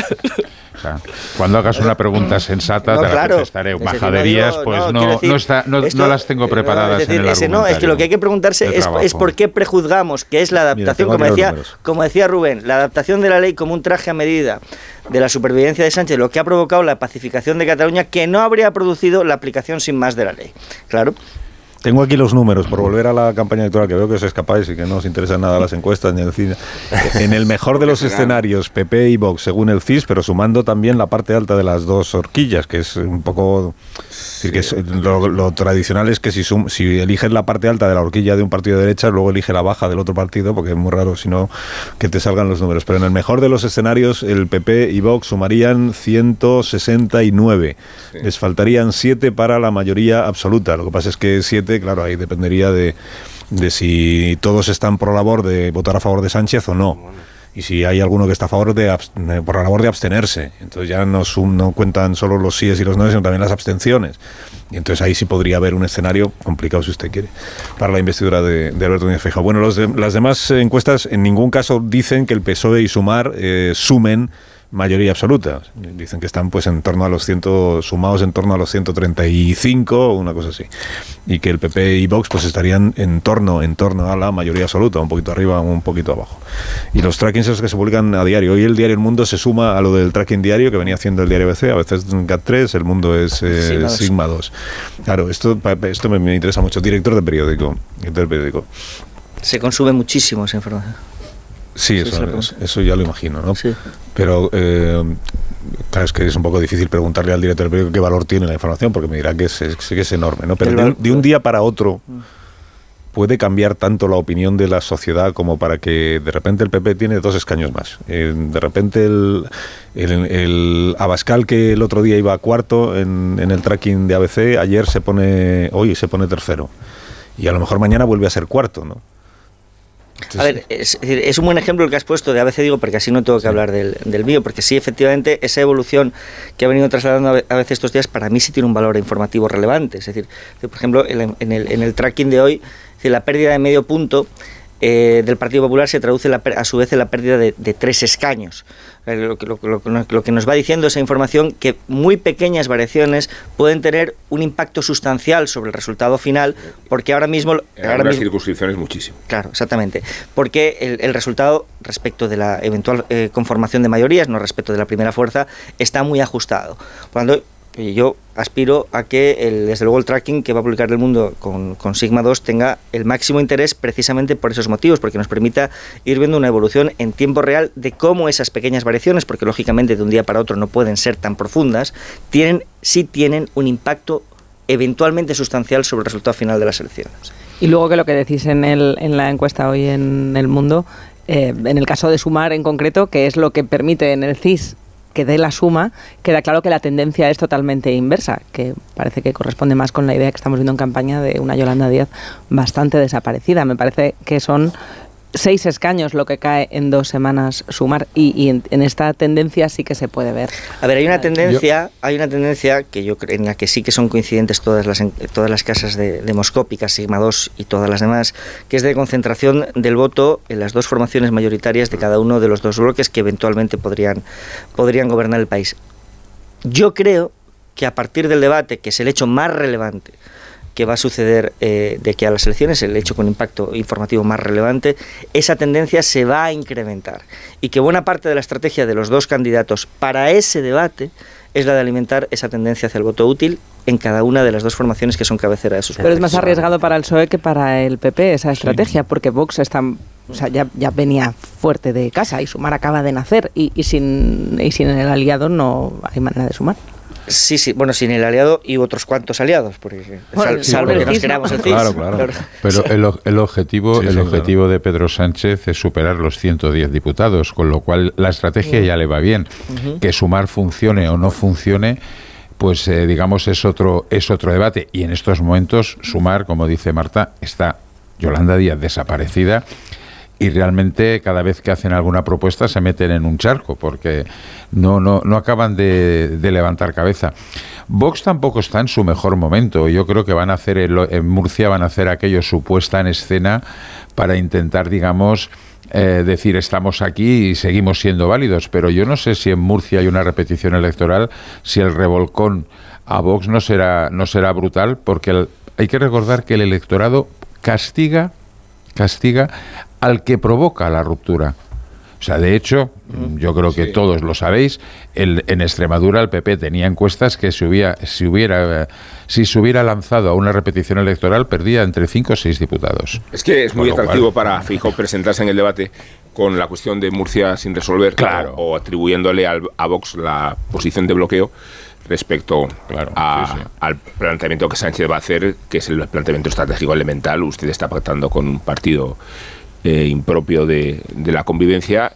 O sea, cuando hagas una pregunta sensata no, te la claro. contestaré. Majaderías, no digo, pues no, no, decir, no, está, no, esto, no las tengo preparadas no, es decir, en el ese argumentario. No, es que lo que hay que preguntarse es, es por qué prejuzgamos que es la adaptación, Mira, como, decía, como decía Rubén, la adaptación de la ley como un traje a medida de la supervivencia de Sánchez, lo que ha provocado la pacificación de Cataluña, que no habría producido la aplicación sin más de la ley. Claro. Tengo aquí los números, por volver a la campaña electoral, que veo que os escapáis y que no os interesan nada las encuestas ni el cine. En el mejor de los escenarios, P P y Vox, según el C I S, pero sumando también la parte alta de las dos horquillas, que es un poco... Sí. Que es, lo, lo tradicional es que si, sum, si eliges la parte alta de la horquilla de un partido de derecha, luego elige la baja del otro partido, porque es muy raro, si no, que te salgan los números. Pero en el mejor de los escenarios, el P P y Vox sumarían ciento sesenta y nueve. Sí. Les faltarían siete para la mayoría absoluta. Lo que pasa es que siete, claro, ahí dependería de, de si todos están por la labor de votar a favor de Sánchez o no. Bueno. Y si hay alguno que está a favor de por la labor de abstenerse, entonces ya no, sum, no cuentan solo los síes y los noes, sino también las abstenciones. Y entonces ahí sí podría haber un escenario complicado, si usted quiere, para la investidura de, de Alberto Núñez Feijóo. Bueno, los de, las demás encuestas en ningún caso dicen que el P S O E y Sumar eh, sumen mayoría absoluta. Dicen que están pues en torno a los cien, sumados en torno a los ciento treinta y cinco, una cosa así. Y que el P P y Vox pues estarían en torno, en torno a la mayoría absoluta, un poquito arriba, un poquito abajo. Y los trackings esos que se publican a diario. Hoy el diario El Mundo se suma a lo del tracking diario que venía haciendo el diario B C, a veces G A T tres, El Mundo es eh, Sigma dos. Claro, esto, esto me, me interesa mucho. Director de periódico, del periódico. Se consume muchísimo esa información. Sí, eso, eso, eso ya lo imagino, ¿no? Sí. Pero, eh, claro, es que es un poco difícil preguntarle al director del periódico qué valor tiene la información, porque me dirá que es, es, que es enorme, ¿no? Pero de un, de un día para otro puede cambiar tanto la opinión de la sociedad como para que de repente el P P tiene dos escaños más. Eh, de repente el, el, el Abascal, que el otro día iba a cuarto en, en el tracking de A B C, ayer se pone, hoy se pone tercero. Y a lo mejor mañana vuelve a ser cuarto, ¿no? A ver, es, es un buen ejemplo el que has puesto de A B C, digo, porque así no tengo que hablar del, del mío, porque sí, efectivamente, esa evolución que ha venido trasladando A B C estos días, para mí sí tiene un valor informativo relevante. Es decir, por ejemplo, en el, en el tracking de hoy, es decir, la pérdida de medio punto eh, del Partido Popular se traduce la, a su vez en la pérdida de, de tres escaños. Lo que, lo, lo, lo que nos va diciendo esa información, que muy pequeñas variaciones pueden tener un impacto sustancial sobre el resultado final, porque ahora mismo... En ahora algunas mismo, circunscripciones muchísimo. Claro, exactamente. Porque el, el resultado respecto de la eventual eh, conformación de mayorías, no respecto de la primera fuerza, está muy ajustado. Por lo tanto, yo aspiro a que, el, desde luego, el tracking que va a publicar El Mundo con, con Sigma dos tenga el máximo interés precisamente por esos motivos, porque nos permita ir viendo una evolución en tiempo real de cómo esas pequeñas variaciones, porque lógicamente de un día para otro no pueden ser tan profundas, tienen, sí tienen un impacto eventualmente sustancial sobre el resultado final de las elecciones. Y luego que lo que decís en, el, en la encuesta hoy en El Mundo, eh, en el caso de Sumar en concreto, que es lo que permite en el C I S que dé la suma, queda claro que la tendencia es totalmente inversa, que parece que corresponde más con la idea que estamos viendo en campaña de una Yolanda Díaz bastante desaparecida. Me parece que son seis escaños lo que cae en dos semanas Sumar, y, y en, en esta tendencia sí que se puede ver. A ver, hay una tendencia, hay una tendencia que yo creo en la que sí que son coincidentes todas las todas las casas de, demoscópicas, Sigma dos y todas las demás, que es de concentración del voto en las dos formaciones mayoritarias de cada uno de los dos bloques que eventualmente podrían podrían gobernar el país. Yo creo que a partir del debate, que es el hecho más relevante que va a suceder eh, de que a las elecciones, el hecho con impacto informativo más relevante, esa tendencia se va a incrementar, y que buena parte de la estrategia de los dos candidatos para ese debate es la de alimentar esa tendencia hacia el voto útil en cada una de las dos formaciones que son cabecera de sus Pero es más arriesgado para el P S O E que para el P P esa estrategia, sí, porque Vox está, o sea, ya, ya venía fuerte de casa y Sumar acaba de nacer, y, y, sin, y sin el aliado no hay manera de sumar. Sí, sí, bueno, sin el aliado y otros cuantos aliados, porque bueno, sal, sí, salvo que nos queramos el C I S. Claro, claro. Pero el, el objetivo, sí, el sí, objetivo claro. de Pedro Sánchez es superar los ciento diez diputados, con lo cual la estrategia ya le va bien. Uh-huh. Que Sumar funcione o no funcione, pues eh, digamos es otro es otro debate. Y en estos momentos Sumar, como dice Marta, está Yolanda Díaz desaparecida. Y realmente cada vez que hacen alguna propuesta se meten en un charco, porque no no no acaban de, de levantar cabeza. Vox tampoco está en su mejor momento. Yo creo que van a hacer el, en Murcia van a hacer aquello, su puesta en escena, para intentar, digamos, eh, decir estamos aquí y seguimos siendo válidos. Pero yo no sé si en Murcia hay una repetición electoral, si el revolcón a Vox no será no será brutal, porque el, hay que recordar que el electorado castiga castiga al que provoca la ruptura. O sea, de hecho, yo creo que sí, todos lo sabéis, el, en Extremadura el P P tenía encuestas que si hubiera, si hubiera si se hubiera lanzado a una repetición electoral perdía entre cinco o seis diputados. Es que es muy atractivo para Feijóo presentarse en el debate con la cuestión de Murcia sin resolver, claro, o, o atribuyéndole al, a Vox la posición de bloqueo respecto claro, a, sí, sí. al planteamiento que Sánchez va a hacer, que es el planteamiento estratégico elemental. Usted está pactando con un partido Eh, impropio de, de la convivencia,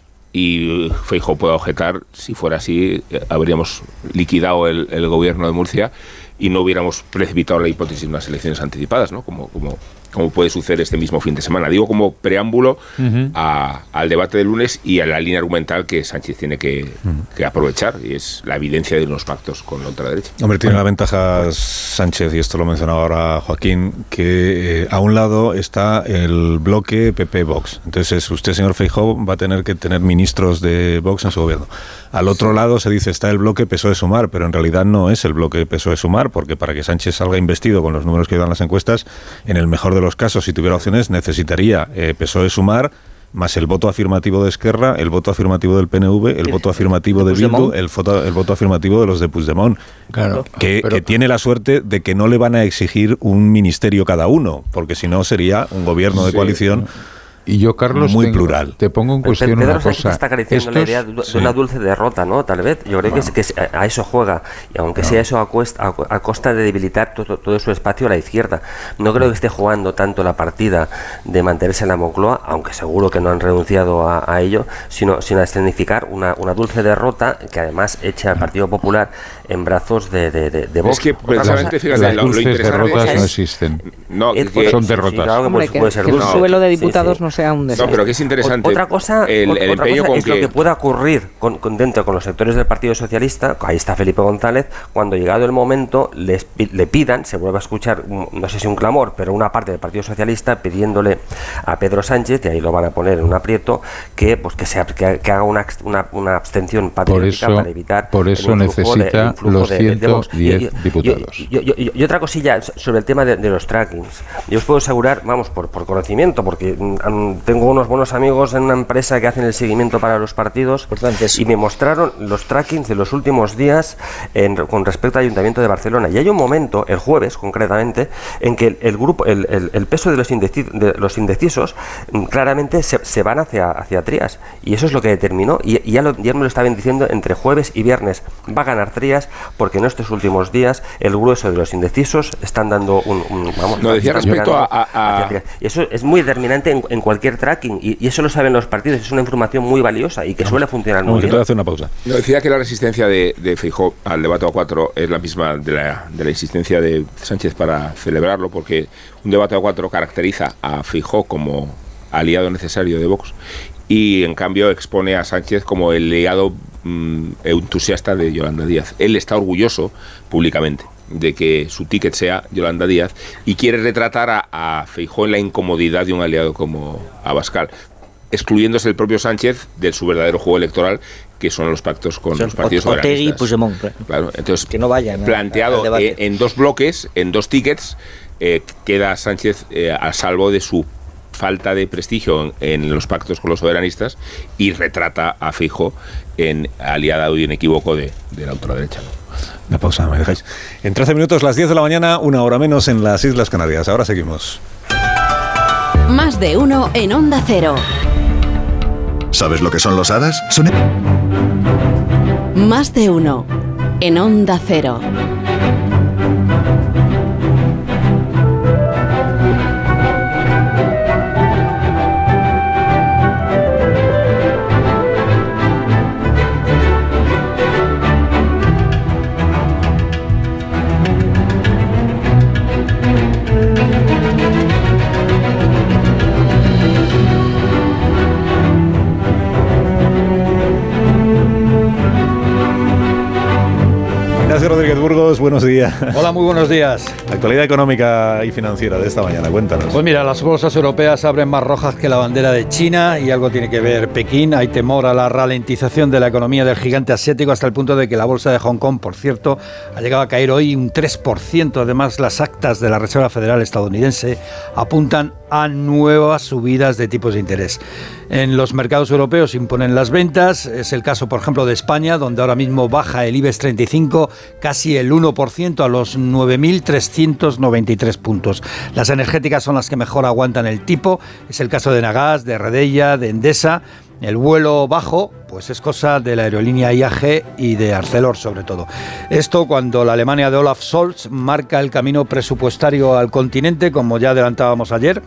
y Feijóo puede objetar, si fuera así, eh, habríamos liquidado el, el gobierno de Murcia y no hubiéramos precipitado la hipótesis de unas elecciones anticipadas, ¿no? Como, como, como puede suceder este mismo fin de semana. Digo como preámbulo uh-huh. a, al debate del lunes y a la línea argumental que Sánchez tiene que, uh-huh. que aprovechar, y es la evidencia de unos pactos con la ultraderecha. Hombre, tiene la ventaja Sánchez, y esto lo mencionaba ahora Joaquín, que eh, a un lado está el bloque P P-Vox. Entonces usted, señor Feijóo, va a tener que tener ministros de Vox en su gobierno. Al otro sí. lado se dice está el bloque P S O E-Sumar, pero en realidad no es el bloque P S O E-Sumar, porque para que Sánchez salga investido con los números que dan las encuestas, en el mejor de los casos, si tuviera opciones, necesitaría eh, P S O E-Sumar, más el voto afirmativo de Esquerra, el voto afirmativo del P N V, el voto afirmativo de Bildu, el, foto, el voto afirmativo de los de Puigdemont. Claro, que, pero, que tiene la suerte de que no le van a exigir un ministerio cada uno, porque si no sería un gobierno de sí, coalición. Y yo, Carlos, muy tengo, plural. Te pongo en cuestión Pedro una cosa. Está acariciando la idea de, sí. de una dulce derrota, ¿no? Tal vez. Yo creo bueno. que, es, que a eso juega. Y aunque no. sea eso a, cuesta, a, a costa de debilitar todo, todo su espacio a la izquierda. No creo que esté jugando tanto la partida de mantenerse en la Moncloa, aunque seguro que no han renunciado a, a ello, sino, sino a escenificar una, una dulce derrota que además eche al Partido Popular en brazos de, de, de, de Vox. Es que precisamente, fíjate, las lo, lo dulces derrotas es, no existen. No, que, son derrotas. Sí, claro que Hombre, puede, puede ser que el suelo de diputados sí, sí. no sea un desastre. No, pero que es interesante. O, otra cosa, el, el otra empeño cosa con es que... lo que pueda ocurrir con, con dentro con los sectores del Partido Socialista. Ahí está Felipe González, cuando llegado el momento les, le pidan, se vuelve a escuchar, no sé si un clamor, pero una parte del Partido Socialista pidiéndole a Pedro Sánchez, y ahí lo van a poner en un aprieto, que pues que, sea, que, que haga una, una, una abstención patriótica para evitar por eso necesita de, los ciento diez diputados. Y, y, y, y, y otra cosilla sobre el tema de, de los trackings. Yo os puedo asegurar, vamos, por, por conocimiento, porque um, tengo unos buenos amigos en una empresa que hacen el seguimiento para los partidos y me mostraron los trackings de los últimos días en, con respecto al Ayuntamiento de Barcelona. Y hay un momento, el jueves concretamente, en que el, el grupo, el, el, el peso de los, indeci de los indecisos um, claramente se, se van hacia, hacia Trías. Y eso es lo que determinó. Y, y ya, lo, ya me lo estaban diciendo, entre jueves y viernes va a ganar Trías, porque en estos últimos días el grueso de los indecisos están dando un... un vamos, no, decía respecto a... a, a... Y eso es muy determinante en, en cualquier tracking, y, y eso lo saben los partidos, es una información muy valiosa y que suele funcionar muy no, bien. Te voy a hacer una pausa. No, decía que la resistencia de, de Feijóo al debate a cuatro es la misma de la, de la insistencia de Sánchez para celebrarlo, porque un debate a cuatro caracteriza a Feijóo como aliado necesario de Vox y en cambio expone a Sánchez como el aliado mm, entusiasta de Yolanda Díaz. Él está orgulloso públicamente de que su ticket sea Yolanda Díaz y quiere retratar a, a Feijóo en la incomodidad de un aliado como Abascal, excluyéndose el propio Sánchez de su verdadero juego electoral, que son los pactos con son los partidos soberanistas. Puigdemont, claro, entonces, que no vayan, planteado a, a eh, en dos bloques, en dos tickets, eh, queda Sánchez eh, a salvo de su falta de prestigio en, en los pactos con los soberanistas y retrata a Feijóo en aliado y inequívoco de, de la ultraderecha. Una pausa, me dejáis. En trece minutos, las diez de la mañana, una hora menos en las Islas Canarias. Ahora seguimos. Más de uno en Onda Cero. ¿Sabes lo que son los hadas? Son... Más de uno en Onda Cero. Rodríguez Burgos, buenos días. Hola, muy buenos días. La actualidad económica y financiera de esta mañana, cuéntanos. Pues mira, las bolsas europeas abren más rojas que la bandera de China y algo tiene que ver Pekín. Hay temor a la ralentización de la economía del gigante asiático hasta el punto de que la bolsa de Hong Kong, por cierto, ha llegado a caer hoy un tres por ciento. Además, las actas de la Reserva Federal estadounidense apuntan a nuevas subidas de tipos de interés. En los mercados europeos imponen las ventas. Es el caso, por ejemplo, de España, donde ahora mismo baja el IBEX treinta y cinco casi el uno por ciento a los nueve mil trescientos noventa y tres puntos. Las energéticas son las que mejor aguantan el tipo. Es el caso de Nagas, de Redella, de Endesa. El vuelo bajo, pues es cosa de la aerolínea I A G y de Arcelor sobre todo. Esto cuando la Alemania de Olaf Scholz marca el camino presupuestario al continente, como ya adelantábamos ayer.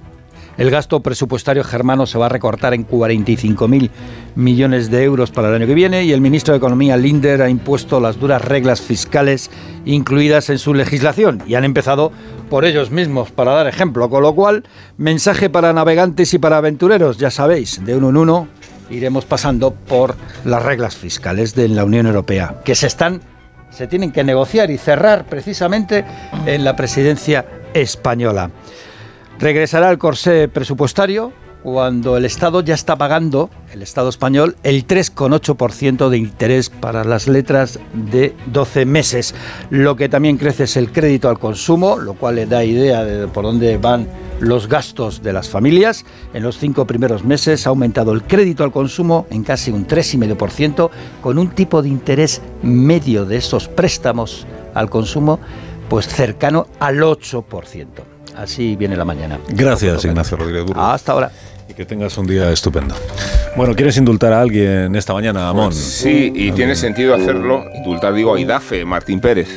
El gasto presupuestario germano se va a recortar en cuarenta y cinco mil millones de euros para el año que viene y el ministro de Economía, Linder, ha impuesto las duras reglas fiscales incluidas en su legislación y han empezado por ellos mismos para dar ejemplo, con lo cual, mensaje para navegantes y para aventureros, ya sabéis, de uno en uno iremos pasando por las reglas fiscales de la Unión Europea, que se están, se tienen que negociar y cerrar precisamente en la presidencia española. Regresará el corsé presupuestario cuando el Estado ya está pagando, el Estado español, el tres coma ocho por ciento de interés para las letras de doce meses. Lo que también crece es el crédito al consumo, lo cual le da idea de por dónde van los gastos de las familias. En los cinco primeros meses ha aumentado el crédito al consumo en casi un tres coma cinco por ciento, con un tipo de interés medio de esos préstamos al consumo pues cercano al ocho por ciento. Así viene la mañana. Gracias, Ignacio Rodríguez Burgos. Hasta ahora. Y que tengas un día estupendo. Bueno, ¿quieres indultar a alguien esta mañana, Amón? Pues sí, y tiene sentido hacerlo. Indultar, digo, a Idafe, Martín Pérez.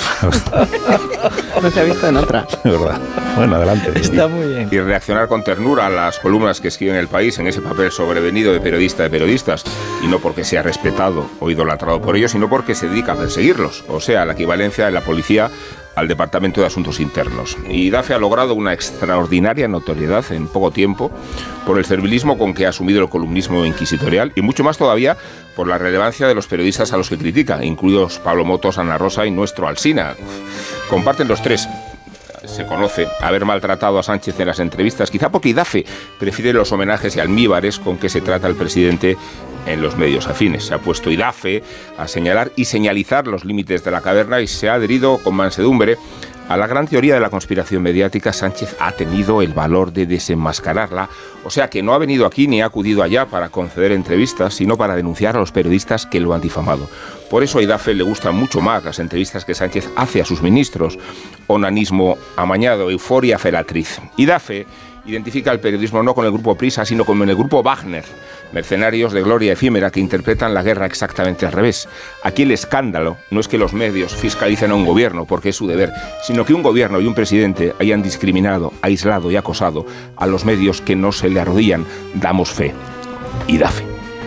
No se ha visto en otra. Es verdad. Bueno, adelante. Está muy bien. Y reaccionar con ternura a las columnas que escribe en El País, en ese papel sobrevenido de periodista de periodistas, y no porque sea respetado o idolatrado por ellos, sino porque se dedica a perseguirlos. O sea, la equivalencia de la policía al Departamento de Asuntos Internos. Y Dafe ha logrado una extraordinaria notoriedad en poco tiempo por el servilismo con que ha asumido el columnismo inquisitorial y mucho más todavía por la relevancia de los periodistas a los que critica, incluidos Pablo Motos, Ana Rosa y nuestro Alsina. Comparten los tres. Se conoce haber maltratado a Sánchez en las entrevistas, quizá porque Idafe prefiere los homenajes y almíbares con que se trata al presidente en los medios afines. Se ha puesto Idafe a señalar y señalizar los límites de la caverna y se ha adherido con mansedumbre a la gran teoría de la conspiración mediática. Sánchez ha tenido el valor de desenmascararla, o sea que no ha venido aquí ni ha acudido allá para conceder entrevistas, sino para denunciar a los periodistas que lo han difamado. Por eso a Idafe le gustan mucho más las entrevistas que Sánchez hace a sus ministros. Onanismo amañado, euforia felatriz. Idafe identifica el periodismo no con el grupo Prisa, sino con el grupo Wagner, mercenarios de gloria efímera que interpretan la guerra exactamente al revés. Aquí el escándalo no es que los medios fiscalicen a un gobierno, porque es su deber, sino que un gobierno y un presidente hayan discriminado, aislado y acosado a los medios que no se le arrodillan. Damos fe. Idafe.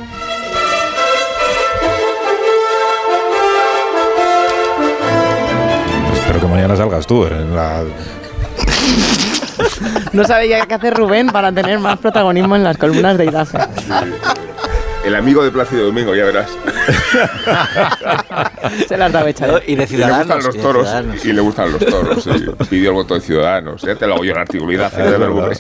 Espero que mañana salgas tú en la... No sabía qué hacer Rubén para tener más protagonismo en las columnas de Idafe. El amigo de Plácido Domingo, ya verás. Se las da echado. Y de Ciudadanos. Y le gustan los toros. Y, y le gustan los toros. Sí. Pidió el voto de Ciudadanos. Ya te lo hago yo en artículo. Idafe, no te preocupes.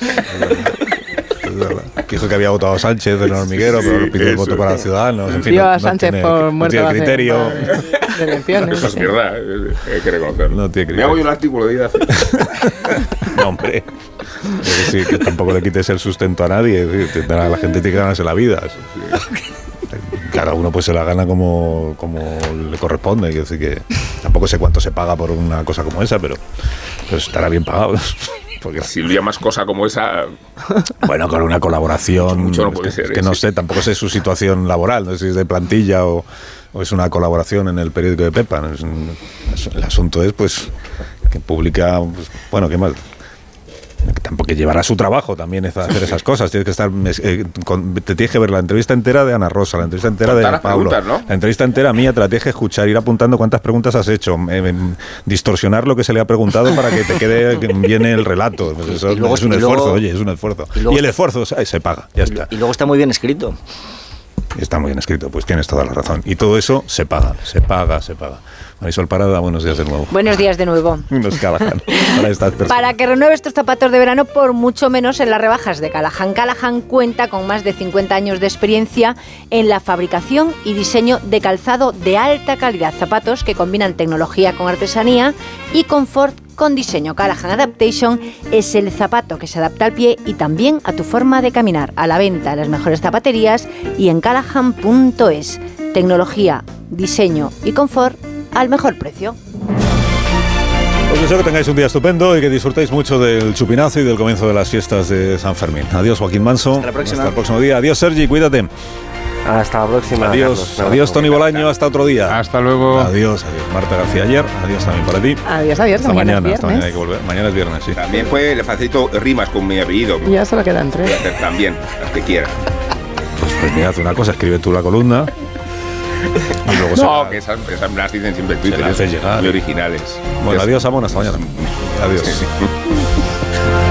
Dijo que había votado a Sánchez del hormiguero, sí, pero pidió el voto para los Ciudadanos. En fin, Dio no, a Sánchez no tiene, por muerto no tiene criterio. De elecciones. Eso es verdad, hay que reconocerlo. No tiene criterio. Me hago yo un artículo de Idafe. No, hombre. Es decir, que tampoco le quites el sustento a nadie. Es decir, la gente tiene que ganarse la vida. Cada uno pues se la gana como, como le corresponde. Es decir, que tampoco sé cuánto se paga por una cosa como esa, pero, pero estará bien pagado. Porque si lo llamas cosa como esa... Bueno, con una colaboración... Mucho no puede es ser. Que, que no sé, tampoco sé su situación laboral, no sé si es de plantilla o, o es una colaboración en el periódico de Pepa. Es un, es, el asunto es, pues, que publica... Pues, bueno, ¿qué más? Tampoco que llevará su trabajo también es hacer esas cosas. Tienes que estar eh, con, te tienes que ver la entrevista entera de Ana Rosa, la entrevista entera de Pablo, ¿no? La entrevista entera mía te la tienes que escuchar, ir apuntando cuántas preguntas has hecho, eh, distorsionar lo que se le ha preguntado para que te quede bien el relato. Pues eso luego, es un esfuerzo, luego, oye, es un esfuerzo. Y, luego, y el esfuerzo se, se paga, ya está. Y luego está muy bien escrito. Está muy bien escrito, pues tienes toda la razón. Y todo eso se paga, se paga, se paga. Marisol Parada, buenos días de nuevo. Buenos días de nuevo. Unos Callahan para estas personas. Para que renueves tus zapatos de verano por mucho menos en las rebajas de Callahan. Callahan cuenta con más de cincuenta años de experiencia en la fabricación y diseño de calzado de alta calidad. Zapatos que combinan tecnología con artesanía y confort con diseño. Callahan Adaptation es el zapato que se adapta al pie y también a tu forma de caminar. A la venta en las mejores zapaterías y en callahan punto es. Tecnología, diseño y confort al mejor precio. Os deseo que tengáis un día estupendo y que disfrutéis mucho del chupinazo y del comienzo de las fiestas de San Fermín. Adiós, Joaquín Manso. Hasta la próxima. Hasta el próximo día. Adiós, Sergi, cuídate. Hasta la próxima. Adiós, Carlos. adiós Tony Bolaño, hasta otro día. Hasta luego. Adiós, adiós. Marta García ayer, adiós también para ti. Adiós, adiós. Hasta mañana, mañana hasta mañana hay que volver. Mañana es viernes, sí. También pues le facilito rimas con mi apellido. Ya solo quedan tres. También, las que quiera. Pues, pues mira, haz una cosa, escribe tú la columna. Y luego no, que esas, esas me las dicen siempre en Twitter. Se las haces llegar. Muy originales. Bueno, adiós, Amón, hasta mañana. Adiós. Sí.